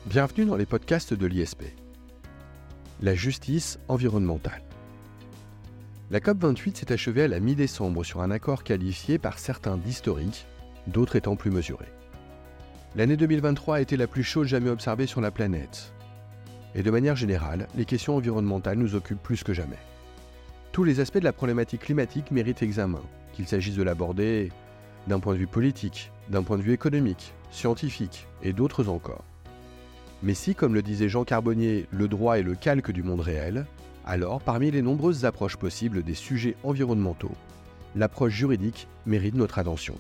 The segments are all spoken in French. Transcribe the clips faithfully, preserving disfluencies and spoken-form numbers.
Bienvenue dans les podcasts de l'I S P. La justice environnementale. La COP vingt-huit s'est achevée à la mi-décembre sur un accord qualifié par certains d'historique, d'autres étant plus mesurés. L'année deux mille vingt-trois a été la plus chaude jamais observée sur la planète. Et de manière générale, les questions environnementales nous occupent plus que jamais. Tous les aspects de la problématique climatique méritent examen, qu'il s'agisse de l'aborder d'un point de vue politique, d'un point de vue économique, scientifique et d'autres encore. Mais si, comme le disait Jean Carbonnier, le droit est le calque du monde réel, alors, parmi les nombreuses approches possibles des sujets environnementaux, l'approche juridique mérite notre attention.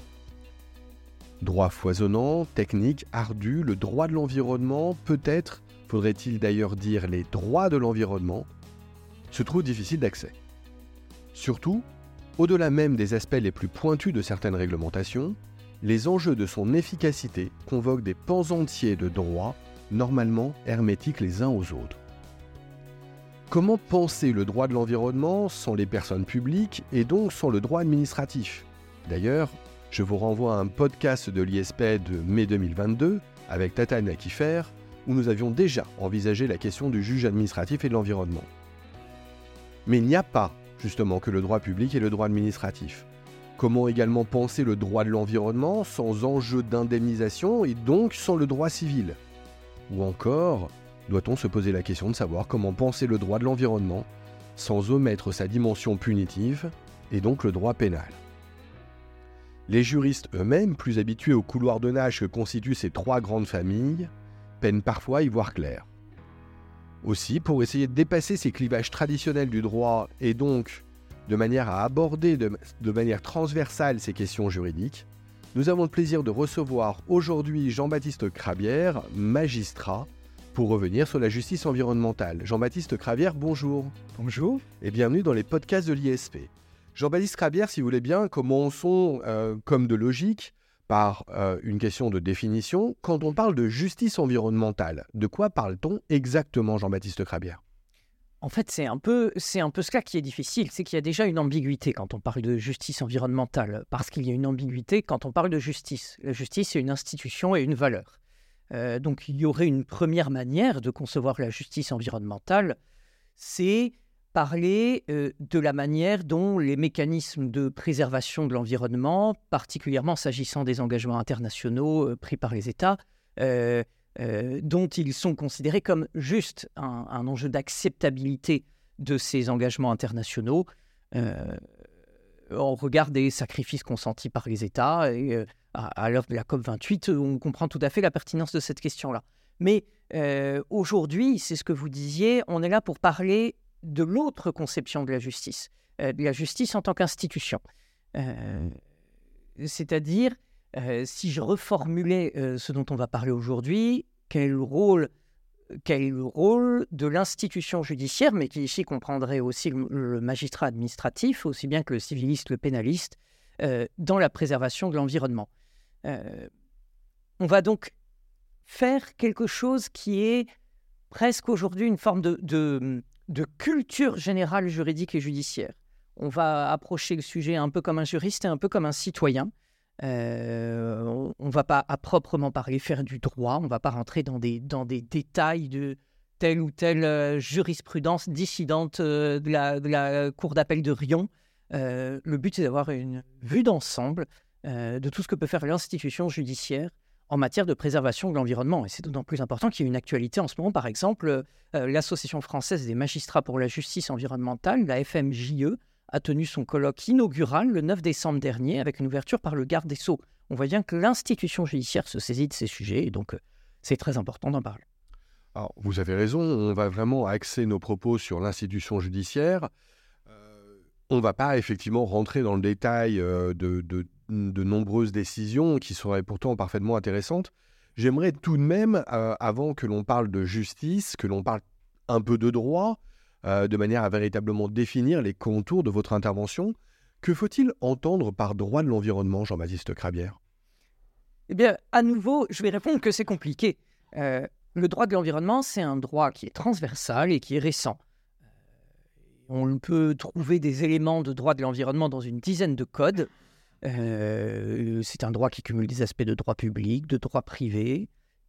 Droit foisonnant, technique, ardu, le droit de l'environnement, peut-être, faudrait-il d'ailleurs dire les droits de l'environnement, se trouve difficile d'accès. Surtout, au-delà même des aspects les plus pointus de certaines réglementations, les enjeux de son efficacité convoquent des pans entiers de droits normalement hermétiques les uns aux autres. Comment penser le droit de l'environnement sans les personnes publiques et donc sans le droit administratif ? D'ailleurs, je vous renvoie à un podcast de l'I S P de mai deux mille vingt-deux avec Tatane Akifer, où nous avions déjà envisagé la question du juge administratif et de l'environnement. Mais il n'y a pas, justement, que le droit public et le droit administratif. Comment également penser le droit de l'environnement sans enjeu d'indemnisation et donc sans le droit civil ? Ou encore, doit-on se poser la question de savoir comment penser le droit de l'environnement sans omettre sa dimension punitive et donc le droit pénal ? Les juristes eux-mêmes, plus habitués au couloir de nage que constituent ces trois grandes familles, peinent parfois à y voir clair. Aussi, pour essayer de dépasser ces clivages traditionnels du droit et donc de manière à aborder de, de manière transversale ces questions juridiques, nous avons le plaisir de recevoir aujourd'hui Jean-Baptiste Crabière, magistrat, pour revenir sur la justice environnementale. Jean-Baptiste Crabière, bonjour. Bonjour. Et bienvenue dans les podcasts de l'I S P. Jean-Baptiste Crabière, si vous voulez bien, commençons, euh, comme de logique, par euh, une question de définition. Quand on parle de justice environnementale, de quoi parle-t-on exactement, Jean-Baptiste Crabière ? En fait, c'est un peu, c'est un peu cela qui est difficile, c'est qu'il y a déjà une ambiguïté quand on parle de justice environnementale, parce qu'il y a une ambiguïté quand on parle de justice. La justice, c'est une institution et une valeur. Euh, donc, il y aurait une première manière de concevoir la justice environnementale, c'est parler euh, de la manière dont les mécanismes de préservation de l'environnement, particulièrement s'agissant des engagements internationaux euh, pris par les États, euh, Euh, dont ils sont considérés comme juste un, un enjeu d'acceptabilité de ces engagements internationaux euh, au regard des sacrifices consentis par les États. Et euh, à, à l'heure de la COP vingt-huit, on comprend tout à fait la pertinence de cette question-là. Mais euh, aujourd'hui, c'est ce que vous disiez, on est là pour parler de l'autre conception de la justice, euh, de la justice en tant qu'institution. Euh, c'est-à-dire... Euh, si je reformulais euh, ce dont on va parler aujourd'hui, quel rôle, quel est le rôle de l'institution judiciaire, mais qui ici comprendrait aussi le, le magistrat administratif, aussi bien que le civiliste, le pénaliste, euh, dans la préservation de l'environnement. Euh, on va donc faire quelque chose qui est presque aujourd'hui une forme de, de, de culture générale juridique et judiciaire. On va approcher le sujet un peu comme un juriste et un peu comme un citoyen. Euh, on ne va pas à proprement parler faire du droit, on ne va pas rentrer dans des, dans des détails de telle ou telle euh, jurisprudence dissidente euh, de, la, de la Cour d'appel de Riom. Euh, le but, c'est d'avoir une vue d'ensemble euh, de tout ce que peut faire l'institution judiciaire en matière de préservation de l'environnement. Et c'est d'autant plus important qu'il y a une actualité en ce moment. Par exemple, euh, l'Association française des magistrats pour la justice environnementale, la F M J E, a tenu son colloque inaugural le neuf décembre dernier avec une ouverture par le garde des Sceaux. On voit bien que l'institution judiciaire se saisit de ces sujets et donc euh, c'est très important d'en parler. Alors, vous avez raison, on va vraiment axer nos propos sur l'institution judiciaire. Euh, on ne va pas effectivement rentrer dans le détail euh, de, de, de nombreuses décisions qui seraient pourtant parfaitement intéressantes. J'aimerais tout de même, euh, avant que l'on parle de justice, que l'on parle un peu de droit, Euh, de manière à véritablement définir les contours de votre intervention. Que faut-il entendre par droit de l'environnement, Jean-Baptiste Crabière ? Eh bien, à nouveau, je vais répondre que c'est compliqué. Euh, le droit de l'environnement, c'est un droit qui est transversal et qui est récent. Euh, on peut trouver des éléments de droit de l'environnement dans une dizaine de codes. Euh, c'est un droit qui cumule des aspects de droit public, de droit privé.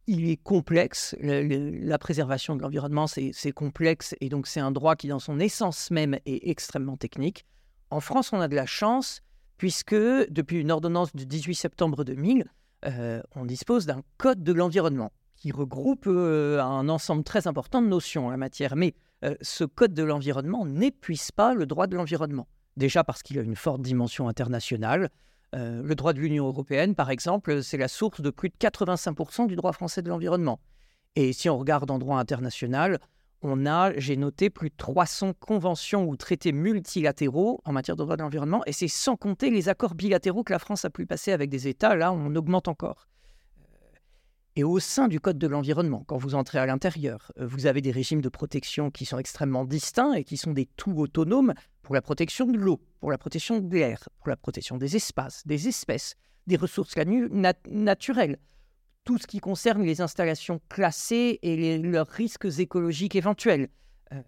il est complexe. Le, le, la préservation de l'environnement, c'est, c'est complexe, et donc c'est un droit qui, dans son essence même, est extrêmement technique. En France, on a de la chance, puisque depuis une ordonnance du dix-huit septembre deux mille, euh, on dispose d'un code de l'environnement qui regroupe euh, un ensemble très important de notions en la matière. Mais euh, ce code de l'environnement n'épuise pas le droit de l'environnement. Déjà parce qu'il a une forte dimension internationale. Euh, le droit de l'Union européenne, par exemple, c'est la source de plus de quatre-vingt-cinq pour cent du droit français de l'environnement. Et si on regarde en droit international, on a, j'ai noté, plus de trois cents conventions ou traités multilatéraux en matière de droit de l'environnement, et c'est sans compter les accords bilatéraux que la France a pu passer avec des États. Là, on augmente encore. Et au sein du Code de l'environnement, quand vous entrez à l'intérieur, vous avez des régimes de protection qui sont extrêmement distincts et qui sont des tout autonomes pour la protection de l'eau, pour la protection de l'air, pour la protection des espaces, des espèces, des ressources nat- naturelles, tout ce qui concerne les installations classées et les, leurs risques écologiques éventuels. Euh,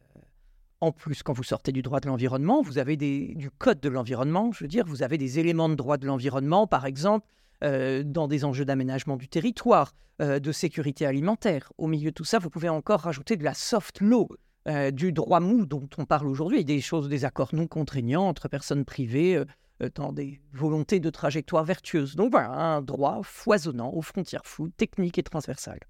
en plus, quand vous sortez du droit de l'environnement, vous avez des, du Code de l'environnement, je veux dire, vous avez des éléments de droit de l'environnement, par exemple, Euh, dans des enjeux d'aménagement du territoire, euh, de sécurité alimentaire. Au milieu de tout ça, vous pouvez encore rajouter de la soft law, euh, du droit mou dont on parle aujourd'hui, des choses, des accords non contraignants entre personnes privées euh, dans des volontés de trajectoire vertueuse. Donc voilà, un droit foisonnant, aux frontières floues, techniques et transversales.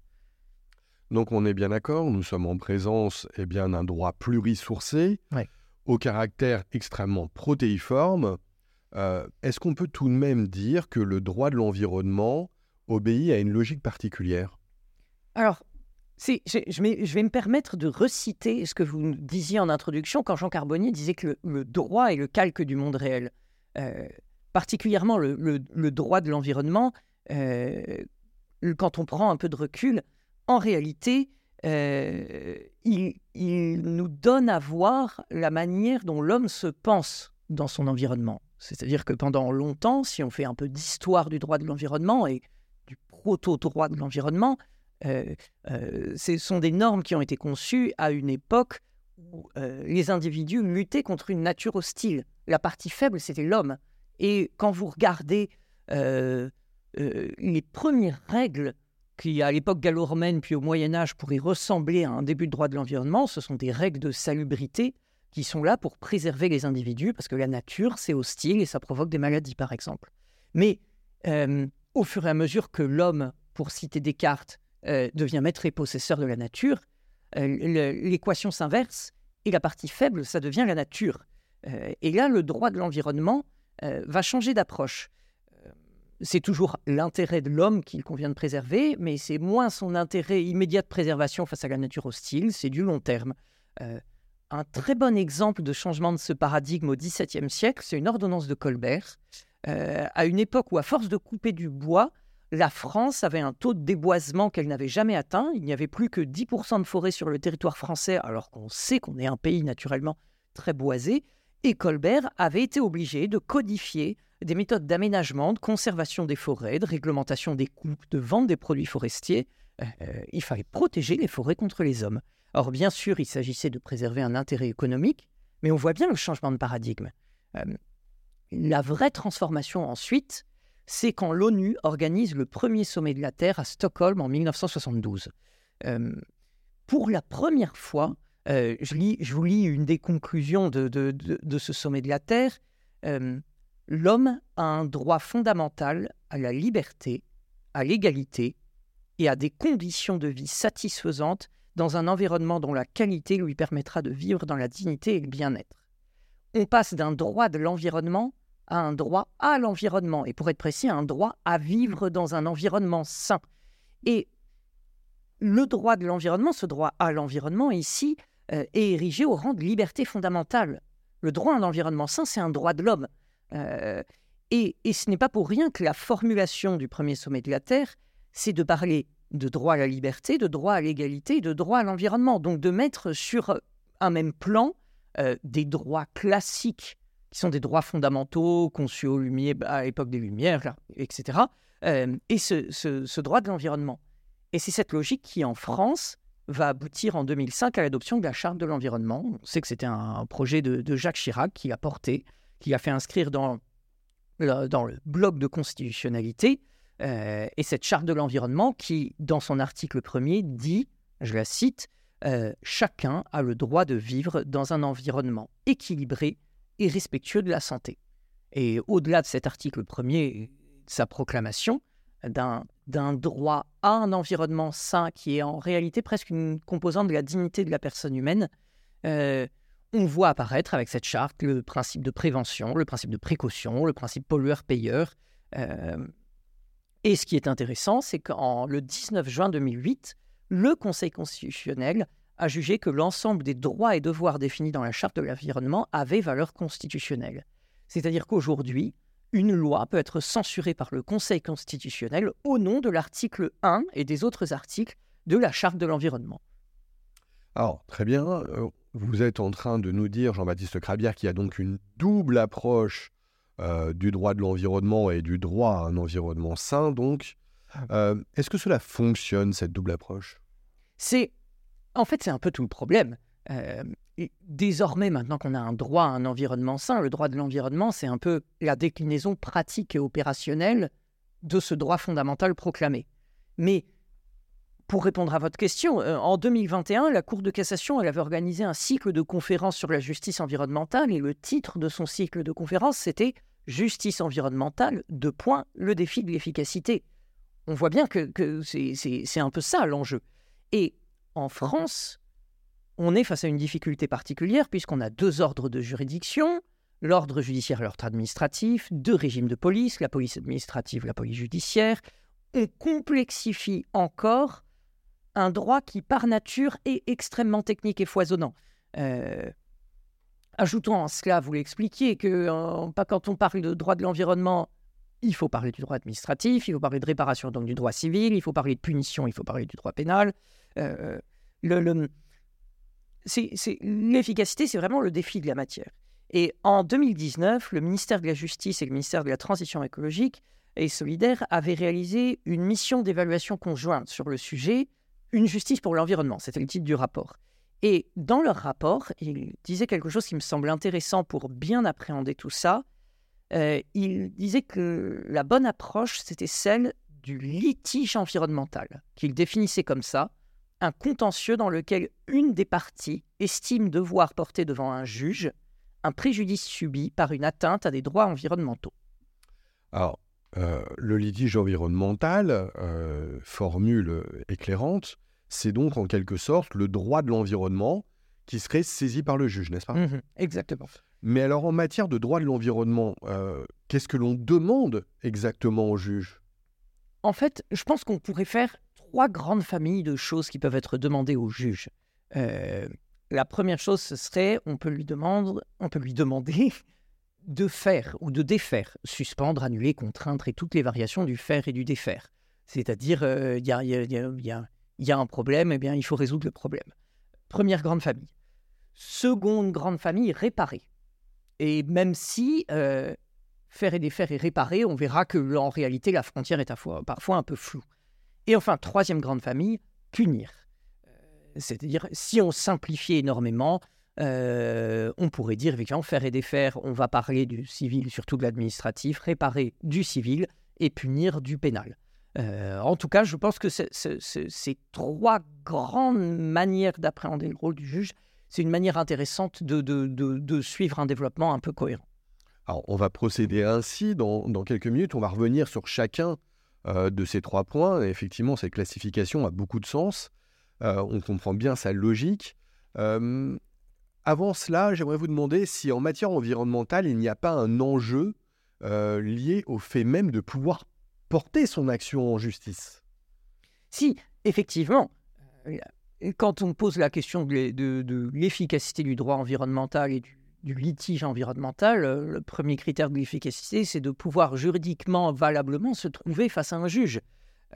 Donc on est bien d'accord, nous sommes en présence eh bien, d'un droit plurisourcé, ouais. au caractère extrêmement protéiforme. Euh, est-ce qu'on peut tout de même dire que le droit de l'environnement obéit à une logique particulière ? Alors, c'est, je, je, vais, je vais me permettre de reciter ce que vous disiez en introduction quand Jean Carbonnier disait que le, le droit est le calque du monde réel. Euh, particulièrement le, le, le droit de l'environnement, euh, quand on prend un peu de recul, en réalité, euh, il, il nous donne à voir la manière dont l'homme se pense dans son environnement. C'est-à-dire que pendant longtemps, si on fait un peu d'histoire du droit de l'environnement et du proto-droit de l'environnement, euh, euh, ce sont des normes qui ont été conçues à une époque où euh, les individus luttaient contre une nature hostile. La partie faible, c'était l'homme. Et quand vous regardez euh, euh, les premières règles qui, à l'époque gallo-romaine puis au Moyen-Âge, pourraient ressembler à un début de droit de l'environnement, ce sont des règles de salubrité qui sont là pour préserver les individus, parce que la nature, c'est hostile et ça provoque des maladies, par exemple. Mais euh, au fur et à mesure que l'homme, pour citer Descartes, euh, devient maître et possesseur de la nature, euh, le, l'équation s'inverse, et la partie faible, ça devient la nature. Euh, et là, le droit de l'environnement euh, va changer d'approche. Euh, c'est toujours l'intérêt de l'homme qu'il convient de préserver, mais c'est moins son intérêt immédiat de préservation face à la nature hostile, c'est du long terme. Euh, Un très bon exemple de changement de ce paradigme au dix-septième siècle, c'est une ordonnance de Colbert. Euh, à une époque où, à force de couper du bois, la France avait un taux de déboisement qu'elle n'avait jamais atteint. Il n'y avait plus que dix pour cent de forêt sur le territoire français, alors qu'on sait qu'on est un pays naturellement très boisé. Et Colbert avait été obligé de codifier des méthodes d'aménagement, de conservation des forêts, de réglementation des coupes, de vente des produits forestiers. Euh, il fallait protéger les forêts contre les hommes. Or, bien sûr, il s'agissait de préserver un intérêt économique, mais on voit bien le changement de paradigme. Euh, la vraie transformation ensuite, c'est quand l'ONU organise le premier sommet de la Terre à Stockholm en mille neuf cent soixante-douze. Euh, pour la première fois, euh, je, lis, je vous lis une des conclusions de, de, de, de ce sommet de la Terre, euh, l'homme a un droit fondamental à la liberté, à l'égalité et à des conditions de vie satisfaisantes dans un environnement dont la qualité lui permettra de vivre dans la dignité et le bien-être. On passe d'un droit de l'environnement à un droit à l'environnement, et pour être précis, à un droit à vivre dans un environnement sain. Et le droit de l'environnement, ce droit à l'environnement ici, euh, est érigé au rang de liberté fondamentale. Le droit à l'environnement sain, c'est un droit de l'homme. Euh, et, et ce n'est pas pour rien que la formulation du premier sommet de la Terre, c'est de parler de droit à la liberté, de droit à l'égalité, de droit à l'environnement. Donc de mettre sur un même plan euh, des droits classiques, qui sont des droits fondamentaux, conçus aux Lumières, à l'époque des Lumières, là, et cetera, euh, et ce, ce, ce droit de l'environnement. Et c'est cette logique qui, en France, va aboutir en deux mille cinq à l'adoption de la Charte de l'environnement. On sait que c'était un projet de, de Jacques Chirac qui l'a porté, qui l'a fait inscrire dans le, dans le bloc de constitutionnalité. Euh, et cette charte de l'environnement qui, dans son article premier, dit, je la cite, euh, « Chacun a le droit de vivre dans un environnement équilibré et respectueux de la santé ». Et au-delà de cet article premier, sa proclamation d'un, d'un droit à un environnement sain qui est en réalité presque une composante de la dignité de la personne humaine, euh, on voit apparaître avec cette charte le principe de prévention, le principe de précaution, le principe pollueur-payeur. Euh, et ce qui est intéressant, c'est qu'en le dix-neuf juin deux mille huit, le Conseil constitutionnel a jugé que l'ensemble des droits et devoirs définis dans la charte de l'environnement avaient valeur constitutionnelle. C'est-à-dire qu'aujourd'hui, une loi peut être censurée par le Conseil constitutionnel au nom de l'article un et des autres articles de la charte de l'environnement. Alors, très bien. Euh, vous êtes en train de nous dire, Jean-Baptiste Crabière, qu'il y a donc une double approche euh, du droit de l'environnement et du droit à un environnement sain. Donc, euh, est-ce que cela fonctionne, cette double approche ? C'est, en fait, c'est un peu tout le problème. Euh, et désormais, maintenant qu'on a un droit à un environnement sain, le droit de l'environnement, c'est un peu la déclinaison pratique et opérationnelle de ce droit fondamental proclamé. Mais pour répondre à votre question, euh, en deux mille vingt et un, la Cour de cassation elle avait organisé un cycle de conférences sur la justice environnementale et le titre de son cycle de conférences, c'était « Justice environnementale, deux points, le défi de l'efficacité ». On voit bien que, que c'est, c'est, c'est un peu ça l'enjeu. Et en France, on est face à une difficulté particulière puisqu'on a deux ordres de juridiction, l'ordre judiciaire et l'ordre administratif, deux régimes de police, la police administrative, la police judiciaire. On complexifie encore un droit qui, par nature, est extrêmement technique et foisonnant. Euh, ajoutons à cela, vous l'expliquiez, que euh, pas quand on parle de droit de l'environnement, il faut parler du droit administratif, il faut parler de réparation, donc du droit civil, il faut parler de punition, il faut parler du droit pénal. Euh, le, le, c'est, c'est, l'efficacité, c'est vraiment le défi de la matière. Et en deux mille dix-neuf, le ministère de la Justice et le ministère de la Transition écologique et solidaire avaient réalisé une mission d'évaluation conjointe sur le sujet, Une justice pour l'environnement, c'était le titre du rapport. Et dans leur rapport, ils disaient quelque chose qui me semble intéressant pour bien appréhender tout ça. Euh, ils disaient que la bonne approche, c'était celle du litige environnemental, qu'ils définissaient comme ça, un contentieux dans lequel une des parties estime devoir porter devant un juge un préjudice subi par une atteinte à des droits environnementaux. Alors, euh, le litige environnemental, euh, formule éclairante, c'est donc en quelque sorte le droit de l'environnement qui serait saisi par le juge, n'est-ce pas ? Mmh, exactement. Mais alors en matière de droit de l'environnement, euh, qu'est-ce que l'on demande exactement au juge ? En fait, je pense qu'on pourrait faire trois grandes familles de choses qui peuvent être demandées au juge. Euh, la première chose, ce serait, on peut lui demander, on peut lui demander de faire ou de défaire, suspendre, annuler, contraindre et toutes les variations du faire et du défaire. C'est-à-dire, il euh, y, a, y, a, y, a, y, a, y a un problème, eh bien, il faut résoudre le problème. Première grande famille. Seconde grande famille, réparer. Et même si euh, faire et défaire et réparer, on verra que en réalité, la frontière est à fois, parfois un peu floue. Et enfin, troisième grande famille, punir. Euh, c'est-à-dire, si on simplifiait énormément, euh, on pourrait dire, effectivement, faire et défaire, on va parler du civil, surtout de l'administratif, réparer du civil et punir du pénal. Euh, en tout cas, je pense que c'est, c'est, c'est, ces trois grandes manières d'appréhender le rôle du juge, c'est une manière intéressante de, de, de, de suivre un développement un peu cohérent. Alors, on va procéder ainsi. Dans, dans quelques minutes, on va revenir sur chacun euh, de ces trois points. Et effectivement, cette classification a beaucoup de sens. Euh, on comprend bien sa logique. Euh, avant cela, j'aimerais vous demander si en matière environnementale, il n'y a pas un enjeu euh, lié au fait même de pouvoir porter son action en justice. Si, effectivement, quand on pose la question de, de, de l'efficacité du droit environnemental et du, du litige environnemental, le premier critère de l'efficacité, c'est de pouvoir juridiquement, valablement se trouver face à un juge. Euh,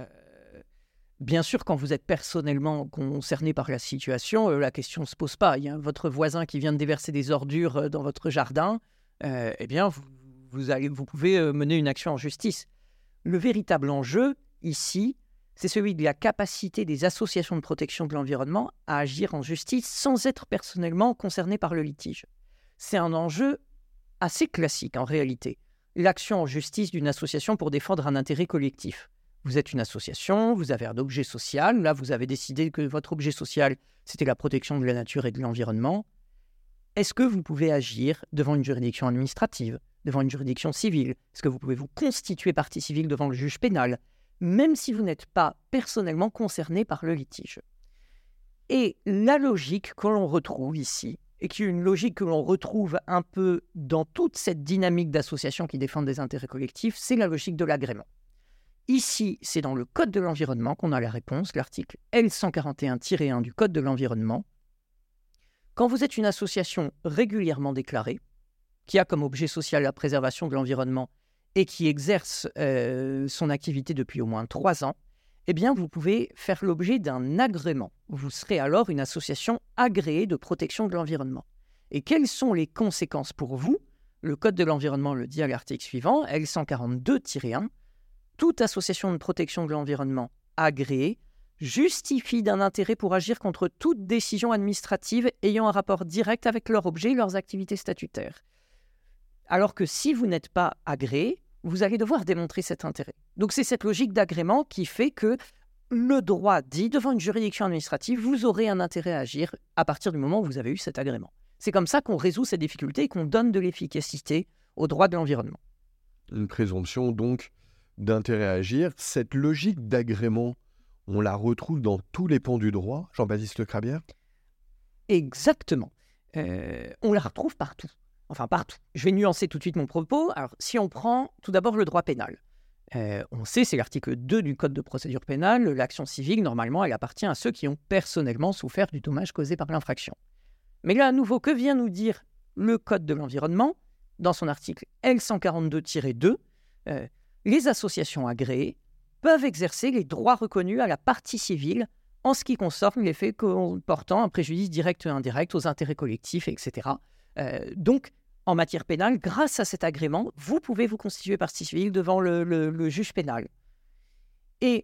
bien sûr, quand vous êtes personnellement concerné par la situation, la question ne se pose pas. Il y a votre voisin qui vient de déverser des ordures dans votre jardin, euh, eh bien, vous, vous, allez, vous pouvez mener une action en justice. Le véritable enjeu, ici, c'est celui de la capacité des associations de protection de l'environnement à agir en justice sans être personnellement concernées par le litige. C'est un enjeu assez classique en réalité, l'action en justice d'une association pour défendre un intérêt collectif. Vous êtes une association, vous avez un objet social. Là, vous avez décidé que votre objet social, c'était la protection de la nature et de l'environnement. Est-ce que vous pouvez agir devant une juridiction administrative, devant une juridiction civile? Est-ce que vous pouvez vous constituer partie civile devant le juge pénal, même si vous n'êtes pas personnellement concerné par le litige? Et la logique que l'on retrouve ici, et qui est une logique que l'on retrouve un peu dans toute cette dynamique d'associations qui défendent des intérêts collectifs, c'est la logique de l'agrément. Ici, c'est dans le Code de l'environnement qu'on a la réponse, l'article L cent quarante et un tiret un du Code de l'environnement. Quand vous êtes une association régulièrement déclarée, qui a comme objet social la préservation de l'environnement et qui exerce euh, son activité depuis au moins trois ans, eh bien, vous pouvez faire l'objet d'un agrément. Vous serez alors une association agréée de protection de l'environnement. Et quelles sont les conséquences pour vous? Le Code de l'environnement le dit à l'article suivant, L cent quarante-deux tiret un. Toute association de protection de l'environnement agréée justifie d'un intérêt pour agir contre toute décision administrative ayant un rapport direct avec leur objet et leurs activités statutaires. Alors que si vous n'êtes pas agréé, vous allez devoir démontrer cet intérêt. Donc c'est cette logique d'agrément qui fait que le droit dit devant une juridiction administrative, vous aurez un intérêt à agir à partir du moment où vous avez eu cet agrément. C'est comme ça qu'on résout ces difficultés et qu'on donne de l'efficacité au droit de l'environnement. Une présomption donc d'intérêt à agir. Cette logique d'agrément, on la retrouve dans tous les pans du droit, Jean-Baptiste Crabière? Exactement. Euh, on la retrouve partout. Enfin, partout. Je vais nuancer tout de suite mon propos. Alors, si on prend tout d'abord le droit pénal, euh, on sait, c'est l'article deux du Code de procédure pénale, l'action civile, normalement, elle appartient à ceux qui ont personnellement souffert du dommage causé par l'infraction. Mais là, à nouveau, que vient nous dire le Code de l'environnement? Dans son article L cent quarante-deux tiret deux, euh, les associations agréées peuvent exercer les droits reconnus à la partie civile en ce qui concerne les faits comportant un préjudice direct ou indirect aux intérêts collectifs, et cetera. Euh, donc, en matière pénale, grâce à cet agrément, vous pouvez vous constituer partie civile devant le, le, le juge pénal. Et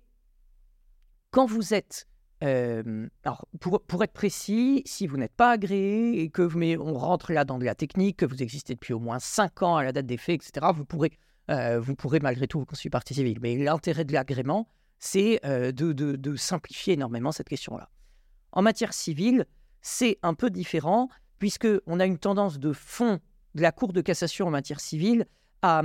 quand vous êtes... Euh, alors, pour, pour être précis, si vous n'êtes pas agréé et que mais on rentre là dans de la technique, que vous existez depuis au moins cinq ans à la date des faits, et cetera, vous pourrez, euh, vous pourrez malgré tout vous constituer partie civile. Mais l'intérêt de l'agrément, c'est euh, de, de, de simplifier énormément cette question-là. En matière civile, c'est un peu différent, puisqu'on a une tendance de fond de la Cour de cassation en matière civile à,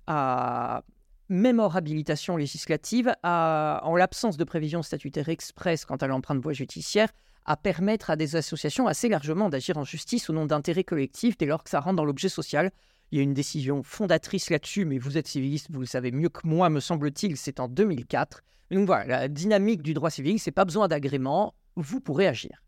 à même hors habilitation législative, à, en l'absence de prévision statutaire expresse quant à l'emprunt de voie judiciaire, à permettre à des associations assez largement d'agir en justice au nom d'intérêts collectifs dès lors que ça rentre dans l'objet social. Il y a une décision fondatrice là-dessus, mais vous êtes civiliste, vous le savez mieux que moi, me semble-t-il, c'est en deux mille quatre. Donc voilà, la dynamique du droit civil, c'est pas besoin d'agrément, vous pourrez agir.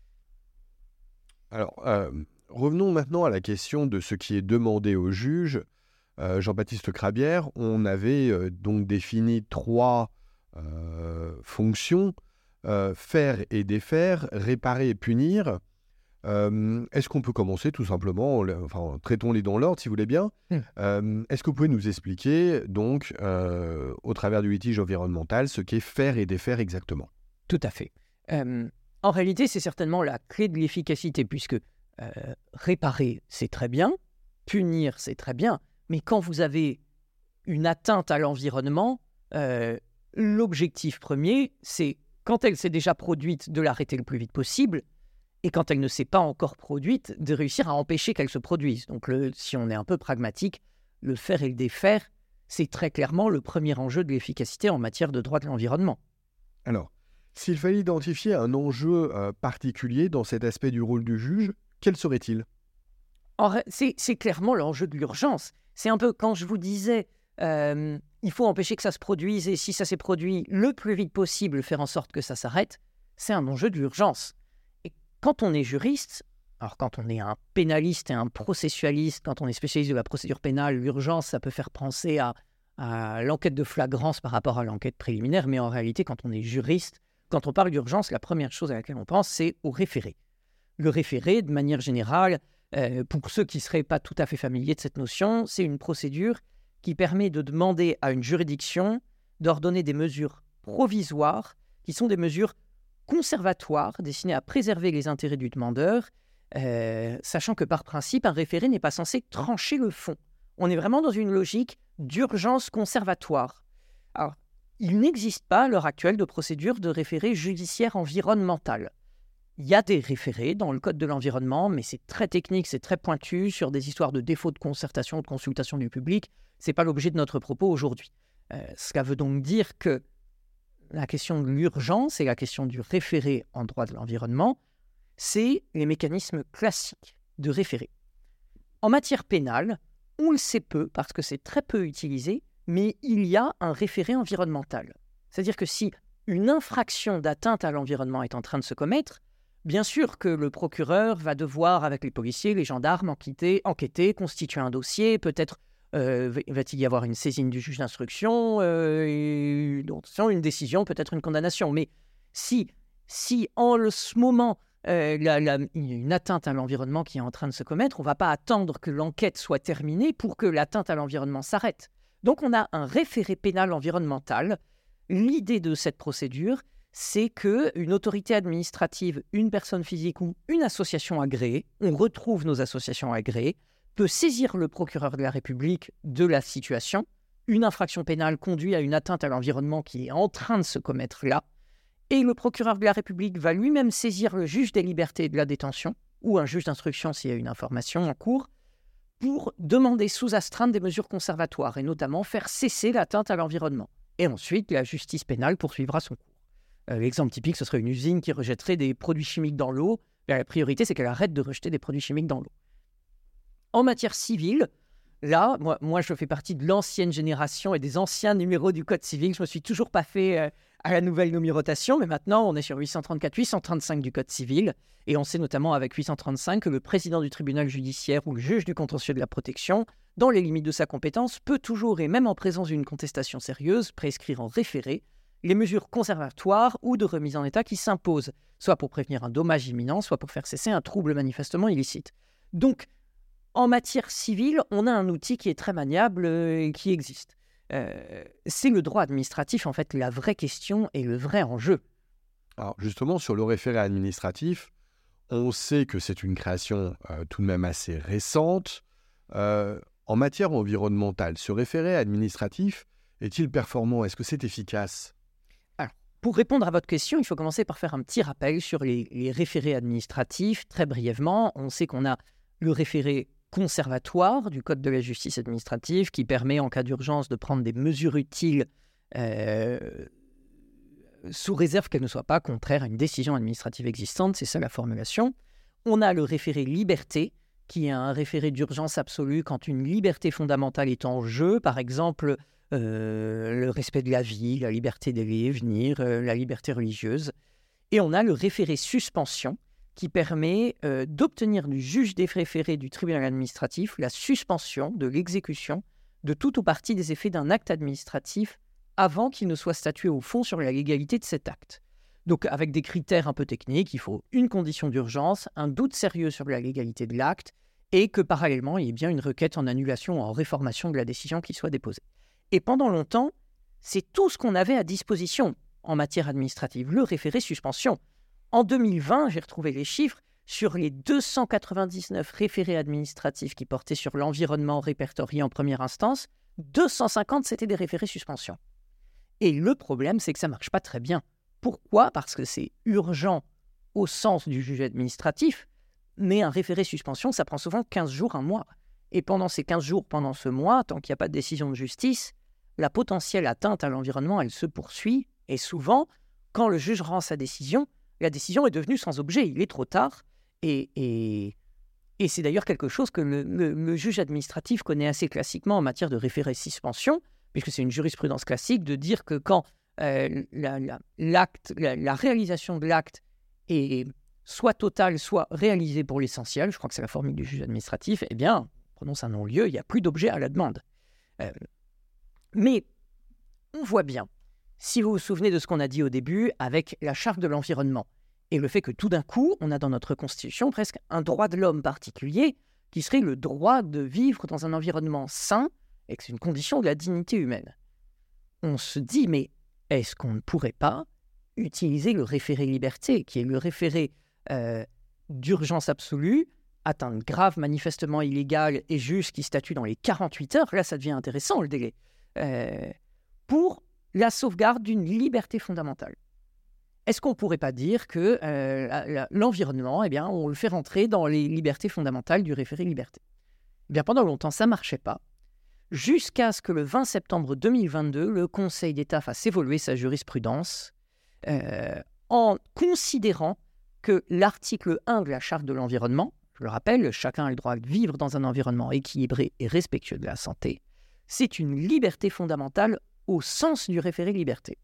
Alors, euh, revenons maintenant à la question de ce qui est demandé au juge. Euh, Jean-Baptiste Crabière, on avait euh, donc défini trois euh, fonctions, euh, faire et défaire, réparer et punir. Euh, est-ce qu'on peut commencer tout simplement, enfin, traitons-les dans l'ordre si vous voulez bien. Mmh. Euh, est-ce que vous pouvez nous expliquer, donc, euh, au travers du litige environnemental, ce qu'est faire et défaire exactement? Tout à fait. Euh, en réalité, c'est certainement la clé de l'efficacité, puisque euh, réparer, c'est très bien, punir, c'est très bien, mais quand vous avez une atteinte à l'environnement, euh, l'objectif premier, c'est, quand elle s'est déjà produite, de l'arrêter le plus vite possible, et quand elle ne s'est pas encore produite, de réussir à empêcher qu'elle se produise. Donc, le, si on est un peu pragmatique, le faire et le défaire, c'est très clairement le premier enjeu de l'efficacité en matière de droit de l'environnement. Alors, s'il fallait identifier un enjeu euh, particulier dans cet aspect du rôle du juge, quel serait-il? c'est, c'est clairement l'enjeu de l'urgence. C'est un peu quand je vous disais, euh, il faut empêcher que ça se produise, et si ça s'est produit, le plus vite possible, faire en sorte que ça s'arrête, c'est un enjeu de l'urgence. Et quand on est juriste, alors quand on est un pénaliste et un processualiste, quand on est spécialiste de la procédure pénale, l'urgence, ça peut faire penser à, à l'enquête de flagrance par rapport à l'enquête préliminaire, mais en réalité, quand on est juriste, quand on parle d'urgence, la première chose à laquelle on pense, c'est au référé. Le référé, de manière générale, euh, pour ceux qui ne seraient pas tout à fait familiers de cette notion, c'est une procédure qui permet de demander à une juridiction d'ordonner des mesures provisoires, qui sont des mesures conservatoires, destinées à préserver les intérêts du demandeur, euh, sachant que par principe, un référé n'est pas censé trancher le fond. On est vraiment dans une logique d'urgence conservatoire. Alors, il n'existe pas à l'heure actuelle de procédure de référé judiciaire environnemental. Il y a des référés dans le Code de l'environnement, mais c'est très technique, c'est très pointu sur des histoires de défaut de concertation, de consultation du public. Ce n'est pas l'objet de notre propos aujourd'hui. Euh, cela veut donc dire que la question de l'urgence et la question du référé en droit de l'environnement, c'est les mécanismes classiques de référé. En matière pénale, on le sait peu parce que c'est très peu utilisé, mais il y a un référé environnemental. C'est-à-dire que si une infraction d'atteinte à l'environnement est en train de se commettre, bien sûr que le procureur va devoir, avec les policiers, les gendarmes, enquêter, enquêter constituer un dossier, peut-être euh, va-t-il y avoir une saisine du juge d'instruction, euh, et, donc, une décision, peut-être une condamnation. Mais si, si en le, ce moment, euh, la, la, une atteinte à l'environnement qui est en train de se commettre, on ne va pas attendre que l'enquête soit terminée pour que l'atteinte à l'environnement s'arrête. Donc on a un référé pénal environnemental. L'idée de cette procédure, c'est qu'une autorité administrative, une personne physique ou une association agréée, on retrouve nos associations agréées, peut saisir le procureur de la République de la situation. Une infraction pénale conduit à une atteinte à l'environnement qui est en train de se commettre là, et le procureur de la République va lui-même saisir le juge des libertés et de la détention, ou un juge d'instruction s'il y a une information en cours, pour demander sous astreinte des mesures conservatoires, et notamment faire cesser l'atteinte à l'environnement. Et ensuite, la justice pénale poursuivra son cours. Euh, l'exemple typique, ce serait une usine qui rejetterait des produits chimiques dans l'eau. La priorité, c'est qu'elle arrête de rejeter des produits chimiques dans l'eau. En matière civile, là, moi, moi je fais partie de l'ancienne génération et des anciens numéros du Code civil. Je ne me suis toujours pas fait euh, à la nouvelle numérotation, mais maintenant, on est sur huit cent trente-quatre huit cent trente-cinq du Code civil. Et on sait notamment avec huit cent trente-cinq que le président du tribunal judiciaire ou le juge du contentieux de la protection, dans les limites de sa compétence, peut toujours, et même en présence d'une contestation sérieuse, prescrire en référé les mesures conservatoires ou de remise en état qui s'imposent, soit pour prévenir un dommage imminent, soit pour faire cesser un trouble manifestement illicite. Donc, en matière civile, on a un outil qui est très maniable et qui existe. Euh, c'est le droit administratif, en fait, la vraie question et le vrai enjeu. Alors, justement, sur le référé administratif, on sait que c'est une création euh, tout de même assez récente. Euh, en matière environnementale, ce référé administratif est-il performant? Est-ce que c'est efficace? Alors, pour répondre à votre question, il faut commencer par faire un petit rappel sur les, les référés administratifs. Très brièvement, on sait qu'on a le référé conservatoire du Code de la justice administrative qui permet, en cas d'urgence, de prendre des mesures utiles euh, sous réserve qu'elles ne soient pas contraires à une décision administrative existante. C'est ça la formulation. On a le référé liberté, qui est un référé d'urgence absolue quand une liberté fondamentale est en jeu, par exemple euh, le respect de la vie, la liberté d'aller et venir, euh, la liberté religieuse. Et on a le référé suspension, qui permet euh, d'obtenir du juge des référés du tribunal administratif la suspension de l'exécution de tout ou partie des effets d'un acte administratif avant qu'il ne soit statué au fond sur la légalité de cet acte. Donc avec des critères un peu techniques, il faut une condition d'urgence, un doute sérieux sur la légalité de l'acte, et que parallèlement, il y ait bien une requête en annulation ou en réformation de la décision qui soit déposée. Et pendant longtemps, c'est tout ce qu'on avait à disposition en matière administrative, le référé suspension. En deux mille vingt, j'ai retrouvé les chiffres, sur les deux cent quatre-vingt-dix-neuf référés administratifs qui portaient sur l'environnement répertorié en première instance, deux cent cinquante c'était des référés suspension. Et le problème, c'est que ça ne marche pas très bien. Pourquoi? Parce que c'est urgent au sens du juge administratif, mais un référé suspension, ça prend souvent quinze jours, un mois. Et pendant ces quinze jours, pendant ce mois, tant qu'il n'y a pas de décision de justice, la potentielle atteinte à l'environnement, elle se poursuit. Et souvent, quand le juge rend sa décision, la décision est devenue sans objet, il est trop tard. Et, et, et c'est d'ailleurs quelque chose que le, le, le juge administratif connaît assez classiquement en matière de référé suspension, puisque c'est une jurisprudence classique de dire que quand euh, la, la, l'acte, la, la réalisation de l'acte est soit totale, soit réalisée pour l'essentiel, je crois que c'est la formule du juge administratif, eh bien, on prononce un non-lieu, il n'y a plus d'objet à la demande. Euh, mais on voit bien, si vous vous souvenez de ce qu'on a dit au début, avec la charte de l'environnement, et le fait que tout d'un coup, on a dans notre Constitution presque un droit de l'homme particulier, qui serait le droit de vivre dans un environnement sain, et que c'est une condition de la dignité humaine. On se dit, mais est-ce qu'on ne pourrait pas utiliser le référé liberté, qui est le référé euh, d'urgence absolue, atteinte grave, manifestement illégale, et juge qui statue dans les quarante-huit heures, là ça devient intéressant le délai, euh, pour la sauvegarde d'une liberté fondamentale. Est-ce qu'on ne pourrait pas dire que euh, la, la, l'environnement, eh bien, on le fait rentrer dans les libertés fondamentales du référé liberté? Eh bien, pendant longtemps, ça ne marchait pas, jusqu'à ce que le vingt septembre deux mille vingt-deux, le Conseil d'État fasse évoluer sa jurisprudence euh, en considérant que l'article un de la Charte de l'environnement, je le rappelle, chacun a le droit de vivre dans un environnement équilibré et respectueux de la santé, c'est une liberté fondamentale au sens du référé liberté.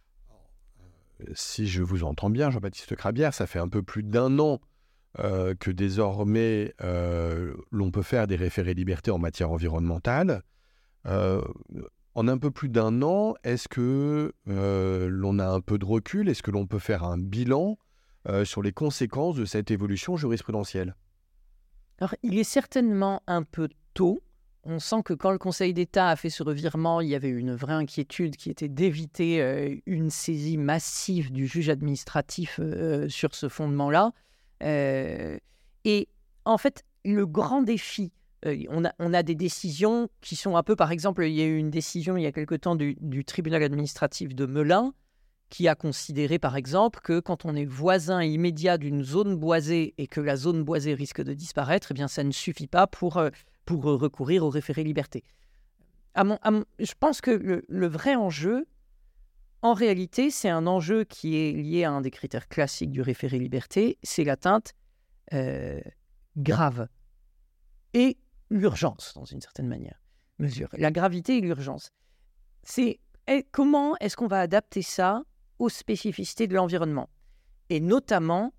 Si je vous entends bien, Jean-Baptiste Crabière, ça fait un peu plus d'un an euh, que désormais euh, l'on peut faire des référés liberté en matière environnementale. Euh, en un peu plus d'un an, est-ce que euh, l'on a un peu de recul? Est-ce que l'on peut faire un bilan euh, sur les conséquences de cette évolution jurisprudentielle? Alors, il est certainement un peu tôt. On sent que quand le Conseil d'État a fait ce revirement, il y avait une vraie inquiétude qui était d'éviter euh, une saisie massive du juge administratif euh, sur ce fondement-là. Euh, et en fait, le grand défi, euh, on, a, on a des décisions qui sont un peu, par exemple, il y a eu une décision il y a quelque temps du, du tribunal administratif de Melun qui a considéré, par exemple, que quand on est voisin immédiat d'une zone boisée et que la zone boisée risque de disparaître, eh bien, ça ne suffit pas pour... Euh, pour recourir au référé liberté. À mon, à mon, je pense que le, le vrai enjeu, en réalité, c'est un enjeu qui est lié à un des critères classiques du référé liberté, c'est l'atteinte euh, grave et l'urgence, dans une certaine manière, mesure. La gravité et l'urgence. C'est et comment est-ce qu'on va adapter ça aux spécificités de l'environnement? Et notamment,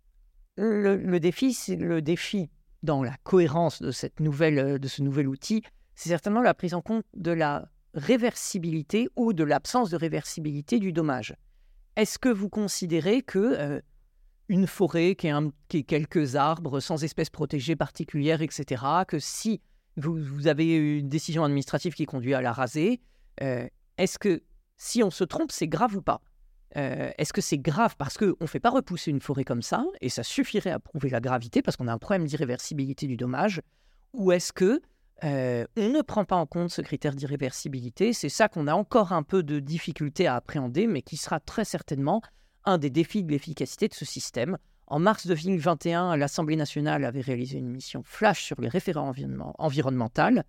le, le défi, c'est le défi dans la cohérence de, cette nouvelle, de ce nouvel outil, c'est certainement la prise en compte de la réversibilité ou de l'absence de réversibilité du dommage. Est-ce que vous considérez que euh, une forêt qui est, un, qui est quelques arbres sans espèces protégées particulières, et cetera, que si vous, vous avez une décision administrative qui conduit à la raser, euh, est-ce que si on se trompe, c'est grave ou pas? Euh, est-ce que c'est grave parce qu'on ne fait pas repousser une forêt comme ça, et ça suffirait à prouver la gravité parce qu'on a un problème d'irréversibilité du dommage, ou est-ce que euh, on ne prend pas en compte ce critère d'irréversibilité? C'est ça qu'on a encore un peu de difficulté à appréhender, mais qui sera très certainement un des défis de l'efficacité de ce système. En mars deux mille vingt et un, l'Assemblée nationale avait réalisé une mission flash sur les référents environnement, environnementales,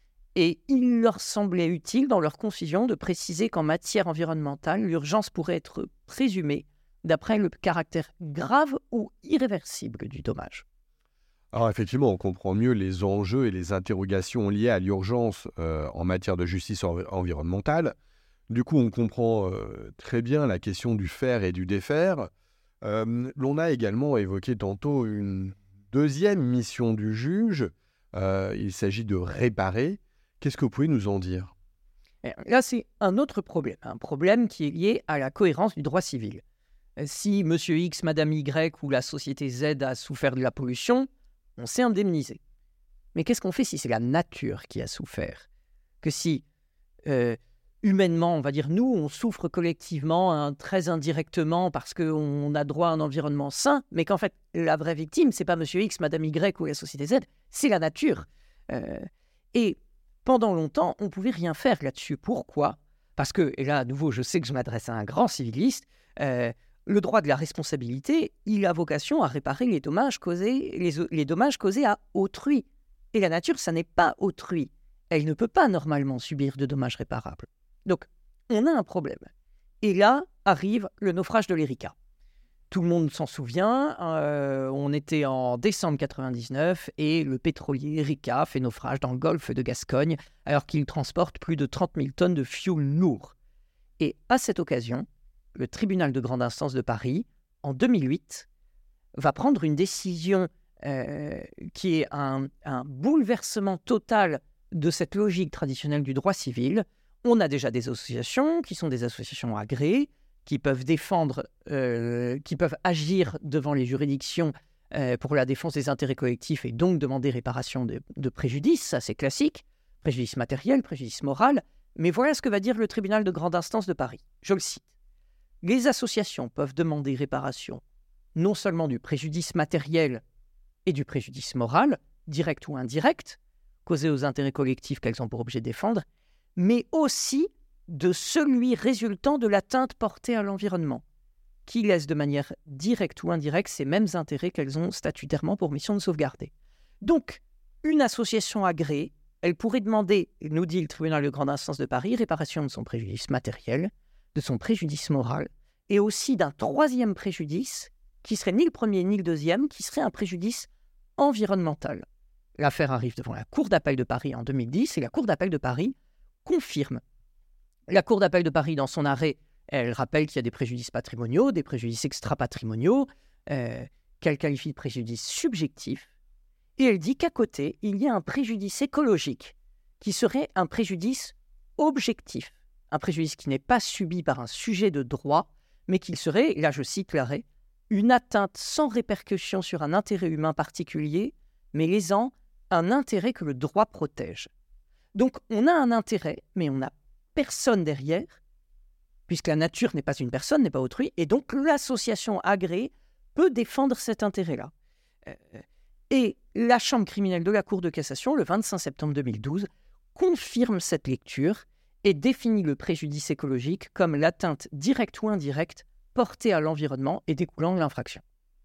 et il leur semblait utile, dans leur concision, de préciser qu'en matière environnementale, l'urgence pourrait être présumée d'après le caractère grave ou irréversible du dommage. Alors effectivement, on comprend mieux les enjeux et les interrogations liées à l'urgence euh, en matière de justice en- environnementale. Du coup, on comprend euh, très bien la question du faire et du défaire. Euh, l'on a également évoqué tantôt une deuxième mission du juge. Euh, il s'agit de réparer. Qu'est-ce que vous pouvez nous en dire? Là, c'est un autre problème, un problème qui est lié à la cohérence du droit civil. Si Monsieur X, Madame Y ou la société Z a souffert de la pollution, on s'est indemnisé. Mais qu'est-ce qu'on fait si c'est la nature qui a souffert? Que si, euh, humainement, on va dire, nous, on souffre collectivement, hein, très indirectement, parce qu'on a droit à un environnement sain, mais qu'en fait, la vraie victime, c'est pas Monsieur X, Madame Y ou la société Z, c'est la nature. Euh, et pendant longtemps, on ne pouvait rien faire là-dessus. Pourquoi? Parce que, et là, à nouveau, je sais que je m'adresse à un grand civiliste, euh, le droit de la responsabilité, il a vocation à réparer les dommages causés, les, les dommages causés à autrui. Et la nature, ça n'est pas autrui. Elle ne peut pas normalement subir de dommages réparables. Donc, on a un problème. Et là arrive le naufrage de l'Erika. Tout le monde s'en souvient, euh, on était en décembre quatre-vingt-dix-neuf et le pétrolier Erika fait naufrage dans le golfe de Gascogne alors qu'il transporte plus de trente mille tonnes de fioul lourd. Et à cette occasion, le tribunal de grande instance de Paris, en deux mille huit, va prendre une décision euh, qui est un, un bouleversement total de cette logique traditionnelle du droit civil. On a déjà des associations qui sont des associations agréées, qui peuvent défendre, euh, qui peuvent agir devant les juridictions euh, pour la défense des intérêts collectifs et donc demander réparation de, de préjudice, ça c'est classique, préjudice matériel, préjudice moral, mais voilà ce que va dire le tribunal de grande instance de Paris. Je le cite. Les associations peuvent demander réparation non seulement du préjudice matériel et du préjudice moral, direct ou indirect, causé aux intérêts collectifs qu'elles ont pour objet de défendre, mais aussi de celui résultant de l'atteinte portée à l'environnement, qui laisse de manière directe ou indirecte ces mêmes intérêts qu'elles ont statutairement pour mission de sauvegarder. Donc, une association agréée, elle pourrait demander, nous dit le tribunal de grande instance de Paris, réparation de son préjudice matériel, de son préjudice moral, et aussi d'un troisième préjudice, qui serait ni le premier ni le deuxième, qui serait un préjudice environnemental. L'affaire arrive devant la Cour d'appel de Paris en deux mille dix, et la Cour d'appel de Paris confirme. La Cour d'appel de Paris, dans son arrêt, elle rappelle qu'il y a des préjudices patrimoniaux, des préjudices extra-patrimoniaux, euh, qu'elle qualifie de préjudice subjectif, et elle dit qu'à côté, il y a un préjudice écologique, qui serait un préjudice objectif, un préjudice qui n'est pas subi par un sujet de droit, mais qui serait, là je cite l'arrêt, une atteinte sans répercussion sur un intérêt humain particulier, mais lésant un intérêt que le droit protège. Donc on a un intérêt, mais on n'a personne derrière, puisque la nature n'est pas une personne, n'est pas autrui, et donc l'association agréée peut défendre cet intérêt-là. Euh, et la Chambre criminelle de la Cour de cassation, le vingt-cinq septembre deux mille douze, confirme cette lecture et définit le préjudice écologique comme l'atteinte directe ou indirecte portée à l'environnement et découlant de l'infraction.